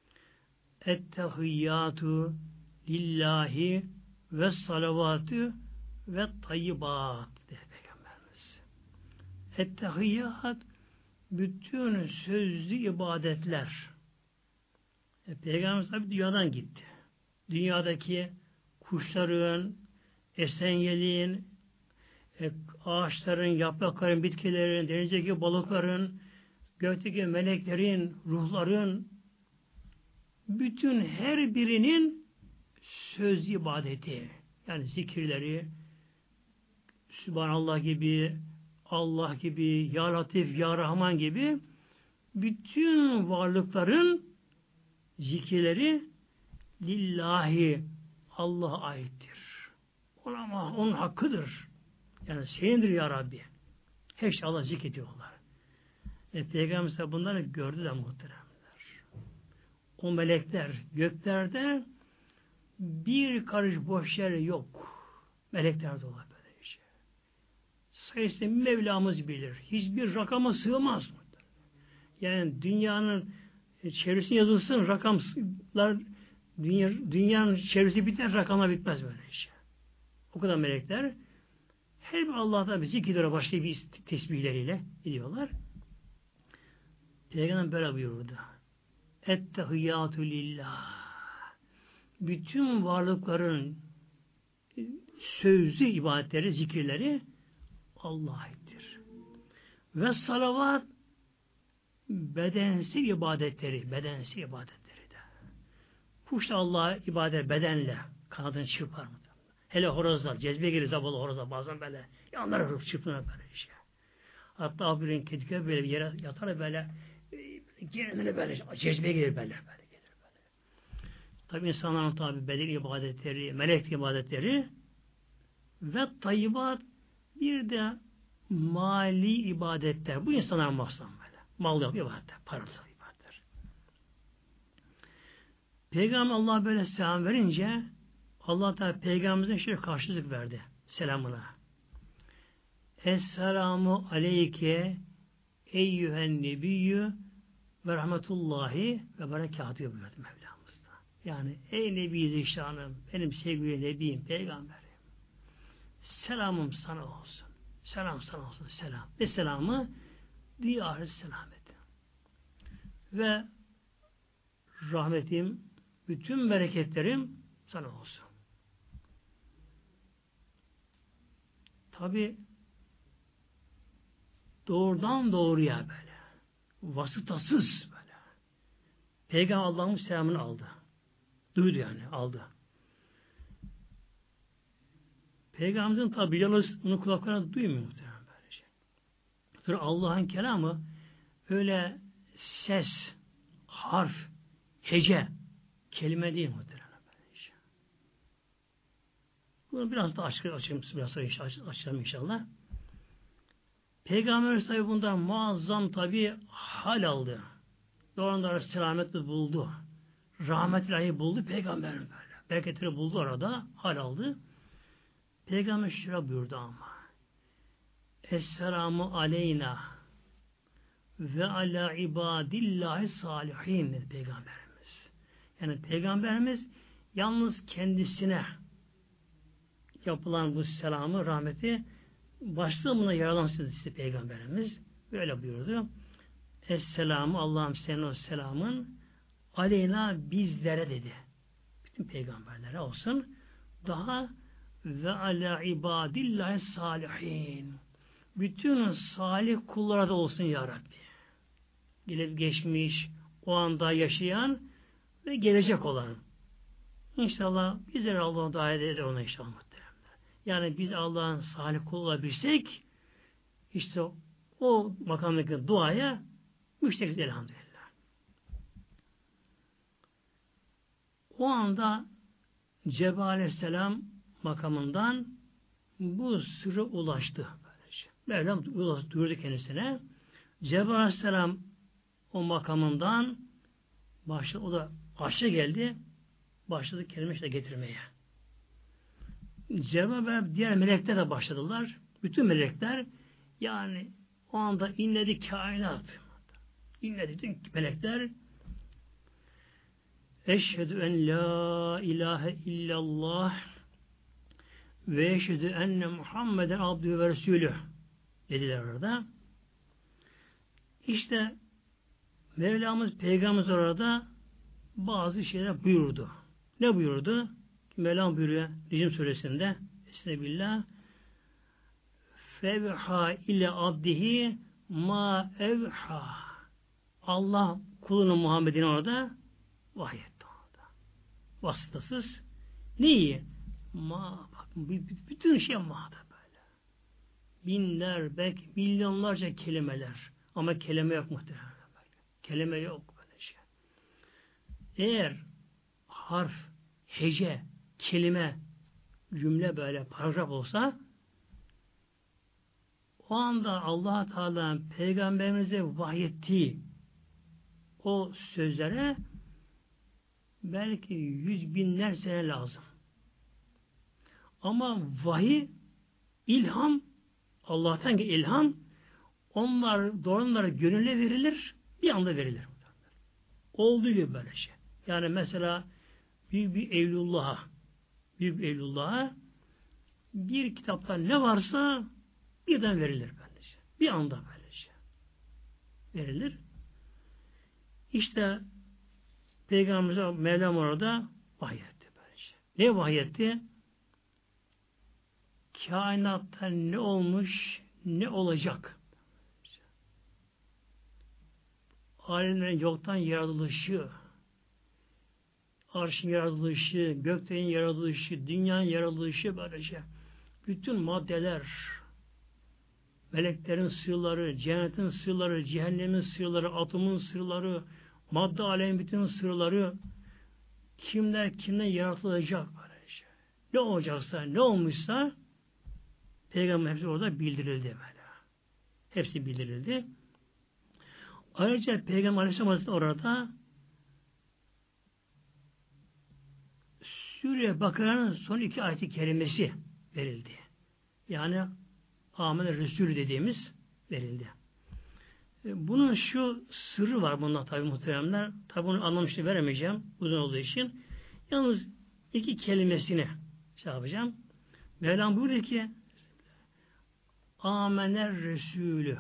Ettehiyyatu lillahi ve salavatü ve tayyibat dedi Peygamberimiz. Ettehiyyat bütün sözlü ibadetler. E, Peygamberimiz tabi dünyadan gitti. Dünyadaki kuşların, esenyeliğin, e, ağaçların, yaprakların, bitkilerin, denizdeki balıkların, gökteki meleklerin, ruhların, bütün her birinin söz ibadeti, yani zikirleri, Sübhanallah gibi, Allah gibi, Ya Latif, Ya Rahman gibi bütün varlıkların zikirleri lillahi Allah'a aittir. Ona, onun hakkıdır. Yani senindir ya Rabbi. Her şey Allah zikrediyorlar. E, Peygamberimiz de bunları gördü de muhteremler. O melekler göklerde bir karış boş yer yok. Melekler de olur böyle şey. Sayısını Mevlamız bilir. Hiçbir rakama sığmaz mı? Yani dünyanın çevresine yazılsın rakamlar dünya, dünyanın çevresi biter rakama bitmez böyle şey. O kadar melekler her bir Allah'tan bir zikrediyor başka bir tesbihleriyle gidiyorlar. Peygamber böyle buyurdu. Ettehiyyatü lillah. Bütün varlıkların sözlü ibadetleri, zikirleri Allah'a aittir. Ve salavat bedensiz ibadetleri, bedensiz ibadetleri de. Kuş da Allah'a ibadet bedenle kanadını çırpar mı? Hele horozlar, cezbe gelir zavallı horozlar bazen böyle yanlara çırpınır böyle şey. Hatta birinin kediköy böyle bir yere yatar böyle kendine böyle cezbe gelir böyle böyle gelir böyle. Tabi insanların tabi beden ibadetleri, melek ibadetleri ve tayyibat bir de mali ibadetler. Bu insanlar mahzun böyle. Mal yapı ibadetler, paralı ibadetler. Peygamber Allah böyle selam verince Allah Teala Peygamberimizin şöyle karşılık verdi selamına. Esselamu aleyke eyyühen nebiyyü ve rahmetullahi ve berekatü buyurdu Mevlamızda. Yani ey Nebi Zişanım, benim sevgili Nebiyim, Peygamberim. Selamım sana olsun. Selam sana olsun. Selam. Ve selamı diyarı selameti. Ve rahmetim, bütün bereketlerim sana olsun. Tabi doğrudan doğruya böyle. Vasıtasız böyle. Peygamber Allah'ın selamını aldı. Duydu yani. Aldı. Peygamberimizin tabi Bilal'ın kulaklarına duymuyor muhtemelen böyle şey. Sonra Allah'ın kelamı öyle ses, harf, hece, kelime değil muhtemelen böyle şey. Bunu biraz da açık açayım, biraz sonra açalım inşallah. Peygamber tabi bundan muazzam tabi hal aldı. Doğrudan selametli buldu. Rahmet ilahi buldu Peygamber böyle. Bereketleri buldu orada, hal aldı. Peygamber şöyle buyurdu ama. Esselamu aleyna ve ala ibadillahi salihin dedi Peygamberimiz. Yani Peygamberimiz yalnız kendisine yapılan bu selamı, rahmeti başlığımına yaralansın dedi Peygamberimiz. Böyle buyurdu. Esselamu Allah'ım senin o selamın aleyna bizlere dedi. Bütün peygamberlere olsun. Daha ve ala ibadillahi salihin. Bütün salih kullara da olsun ya Rabbi. Gelip geçmiş, o anda yaşayan ve gelecek olan. İnşallah bizler Allah'a davet eder ona inşallah. Yani biz Allah'ın salih kulu olabilsek işte o makamdaki duaya müşteriz elhamdülillah. O anda Cebrail Aleyhisselam makamından bu sürü ulaştı. Böylece. Mevlam duyurdu kendisine. Cebrail Aleyhisselam o makamından başladı, o da aşağı geldi, başladı kelime işte getirmeye. Cebrail diğer melekler de başladılar. Bütün melekler yani o anda inledi kainat. İnledi bütün melekler. Eşhedü en la ilahe illallah ve eşhedü enne Muhammeden abdühü ve resulüh dediler orada. İşte Mevlamız, Peygamberimiz orada bazı şeyler buyurdu. Ne buyurdu? Mevlam buyuruyor Necm suresinde Estağfirullah fevha ile abdihi ma evha Allah kulunun Muhammed'in orada vahyetti orada. Vasıtasız. Neyi? Ma, bak, bütün şey ma'da böyle. Binler, belki milyonlarca kelimeler. Ama kelime yok muhtemelen. Böyle. Kelime yok böyle şey. Eğer harf, hece, kelime, cümle böyle paragraf olsa o anda Allah Teala'nın Peygamberimize vahyettiği o sözlere belki yüz binler sene lazım. Ama vahiy, ilham, Allah'tan ki ilham, onlar doğruları gönüle verilir, bir anda verilir. Olduğu gibi böyle şey. Yani mesela büyük bir evlullah'a, büyük bir evlullah'a bir kitapta ne varsa birden verilir böylece. Bir anda böylece. Verilir. İşte Peygamberimize Mevlam orada vahyetti böylece. Ne vahyetti? Kainatta ne olmuş, ne olacak? alemlerin yoktan yaratılışı, arşın yaratılışı, göklerin yaratılışı, dünyanın yaratılışı böylece. Bütün maddeler, meleklerin sırları, cennetin sırları, cehennemin sırları, atomun sırları, madde alemin bütün sırları, kimler kimden yaratılacak böylece. Ne olacaksa, ne olmuşsa Peygamber hepsi orada bildirildi böyle. Hepsi bildirildi. Ayrıca Peygamber Aleyhisselam Hazretleri orada Sure Bakara'nın son iki ayeti kerimesi verildi. Yani Amen Resulü dediğimiz verildi. Bunun şu sırrı var bundan tabi muhteremler. Tabi bunu anlamıştı veremeyeceğim uzun olduğu için. Yalnız iki kelimesini şey yapacağım. Mevlam buyuruyor ki Amener Resulü.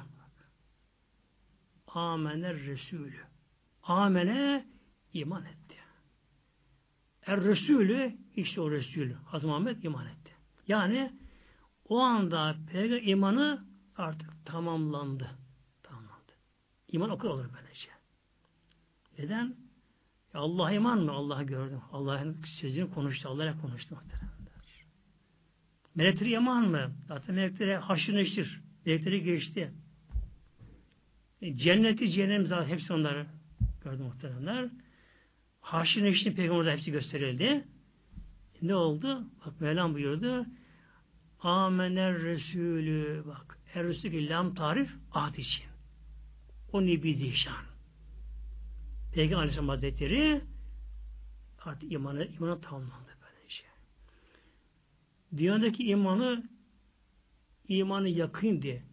Amener Resulü. Amene iman etti. Er Resulü işte o Resulü. Hazreti Muhammed iman etti. Yani o anda peygamber imanı artık tamamlandı. Tamamlandı. İman o kadar olur böylece. Neden? Ya Allah iman mı? Allah'ı gördüm. Allah'ın sözünü konuştu. Allah'la konuştu muhteremler. Melekleri iman mı? Zaten melekleri haşır neşir. Melekleri geçti. E, cenneti, cehennem zaten hepsi onları gördü muhteremler. Haşir neşir peygamberde hepsi gösterildi. Ne oldu? Bak Mevlam buyurdu. Amener Resulü bak. Er Resulü lam tarif ahd için. O nebi zişan. Peygamber Aleyhisselam Hazretleri artık imanı, imanı tamamlandı böylece. Dünyadaki imanı imanı yakindi.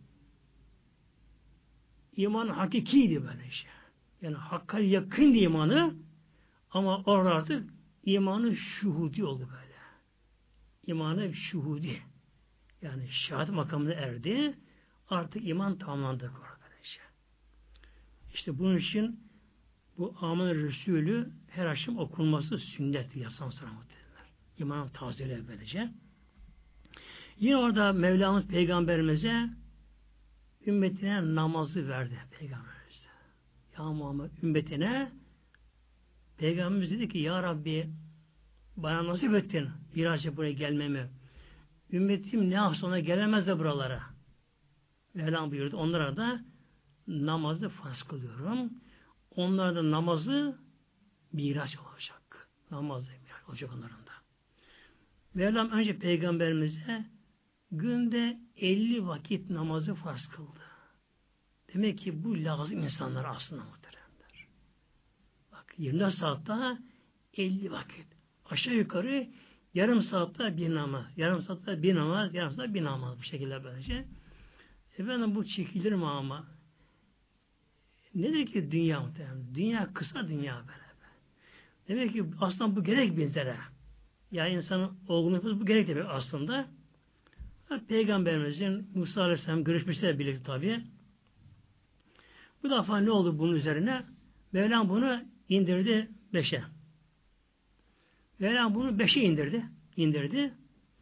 İman hakikiydi böylece. Yani hakka yakindi imanı ama orada artık imanı şuhudi oldu böyle. İmanı şuhudi. Yani şehadet makamına erdi. Artık iman tamamlandı böylece. İşte bunun için bu Amen Resulü her akşam okunması sünnet yasan sonra muhtemelenler. İmanın tazeli böylece. Yine orada Mevlamız Peygamberimize ümmetine namazı verdi Peygamberimize. Ya Muhammed ümmetine Peygamberimiz dedi ki Ya Rabbi bana nasip ettin biraz buraya gelmemi. Ümmetim ne yapsa ona gelemez de buralara. Mevlam buyurdu. Onlara da namazı farz kılıyorum. Onlara da namazı miraç olacak. Namazı miraç olacak onların da. Mevlam önce Peygamberimize günde elli vakit namazı farz kıldı. Demek ki bu lazım insanlar aslında muhteremler. Bak yirmi dört saatte elli vakit. Aşağı yukarı yarım saatte bir namaz. Yarım saatte bir namaz. Yarım saatte bir namaz. Bu şekilde böylece. Efendim bu çekilir mi ama? Nedir ki dünya muhtemelen? Dünya kısa dünya böyle. Demek ki aslında bu gerek bizlere. Ya insanın olgunluğu bu gerek demek aslında. Peygamberimizin Musa Aleyhisselam görüşmesiyle birlikte tabi. Bu defa ne oldu bunun üzerine? Mevlam bunu indirdi beşe. Mevlam bunu beşe indirdi. indirdi.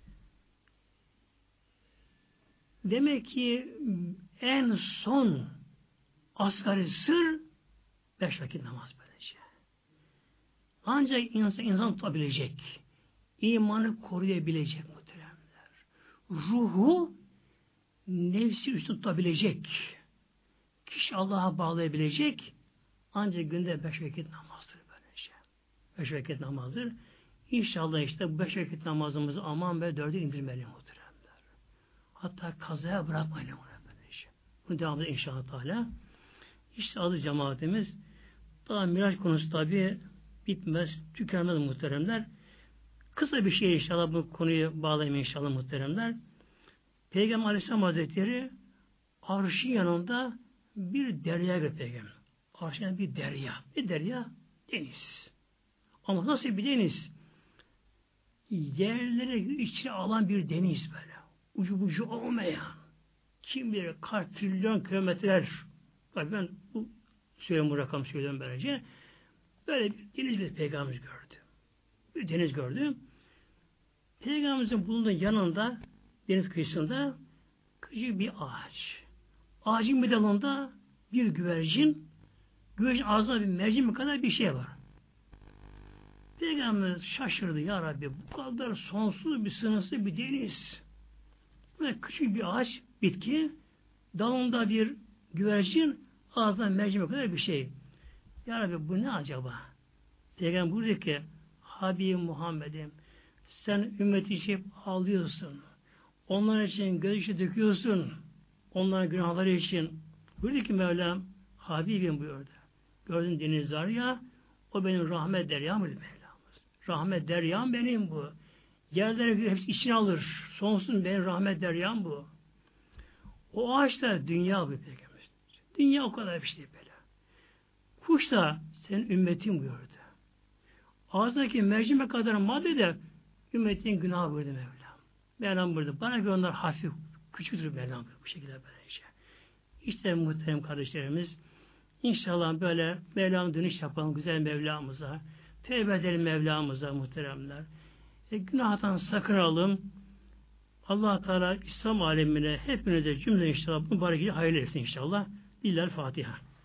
Demek ki en son asgari sır beş vakit namaz böylece. Ancak insan, insan tutabilecek. İmanı koruyabilecek muhteremler. Ruhu nefsi üstü tutabilecek. Kişi Allah'a bağlayabilecek. Ancak günde beş vakit namazdır böylece. Beş vakit namazdır. İnşallah işte bu beş vakit namazımızı aman ve dörde indirmeli muhteremler. Hatta kazaya bırakmayın böylece. Bunu devamlı inşallah Teala. İşte adı cemaatimiz. Daha miraç konusu tabi bitmez, tükenmez muhteremler. Kısa bir şey inşallah bu konuyu bağlayayım inşallah muhteremler. Peygamber Aleyhisselam Hazretleri arşın yanında bir derya gördü Peygamber. Arşın yanında bir derya. Bir derya deniz. Ama nasıl bir deniz? Yerlere içine alan bir deniz böyle. Ucu bucu olmayan. Kim bilir kaç trilyon kilometreler. Tabii ben bu söylüyorum bu rakam söylüyorum böylece. Böyle bir deniz bir peygamber gördü. Bir deniz gördü. Peygamberimizin bulunduğu yanında deniz kıyısında küçük bir ağaç. Ağacın bir dalında bir güvercin Güveçin ağzında bir mercimek kadar bir şey var. Peygamber şaşırdı, ya Rabbi bu kadar sonsuz bir sınırsız bir deniz. Böyle küçük bir ağaç, bitki, dalında bir güvercin, ağzında mercimek kadar bir şey. Ya Rabbi bu ne acaba? Peygamber buyuruyor ki, Habibim Muhammed'im, sen ümmeti için ağlıyorsun. Onlar için gözyaşı döküyorsun. Onların günahları için. Buyurdu ki Mevlam, Habibim buyurdu. Gördün deniz var ya, o benim rahmet deryam dedi Mevlamız. Rahmet deryam benim bu. Yerlere hepsi içine alır. Sonsuz benim rahmet deryam bu. O ağaç da dünya bu Peygamber. Dünya o kadar bir şey böyle. Kuş da senin ümmetin buyurdu. Ağzındaki mercimek kadar madde de ümmetin günahı buyurdu Mevlam. Mevlam buyurdu. Bana göre onlar hafif, küçüktür Mevlam bu şekilde böylece. İşte muhterem kardeşlerimiz, İnşallah böyle Mevlam'a dönüş yapalım güzel Mevlamıza. Tevbe edelim Mevlamıza muhteremler. E, günahtan sakınalım. Allah Teala İslam alemine hepinize cümle inşallah mübarek hayırlı etsin inşallah. Lillahi'l Fatiha.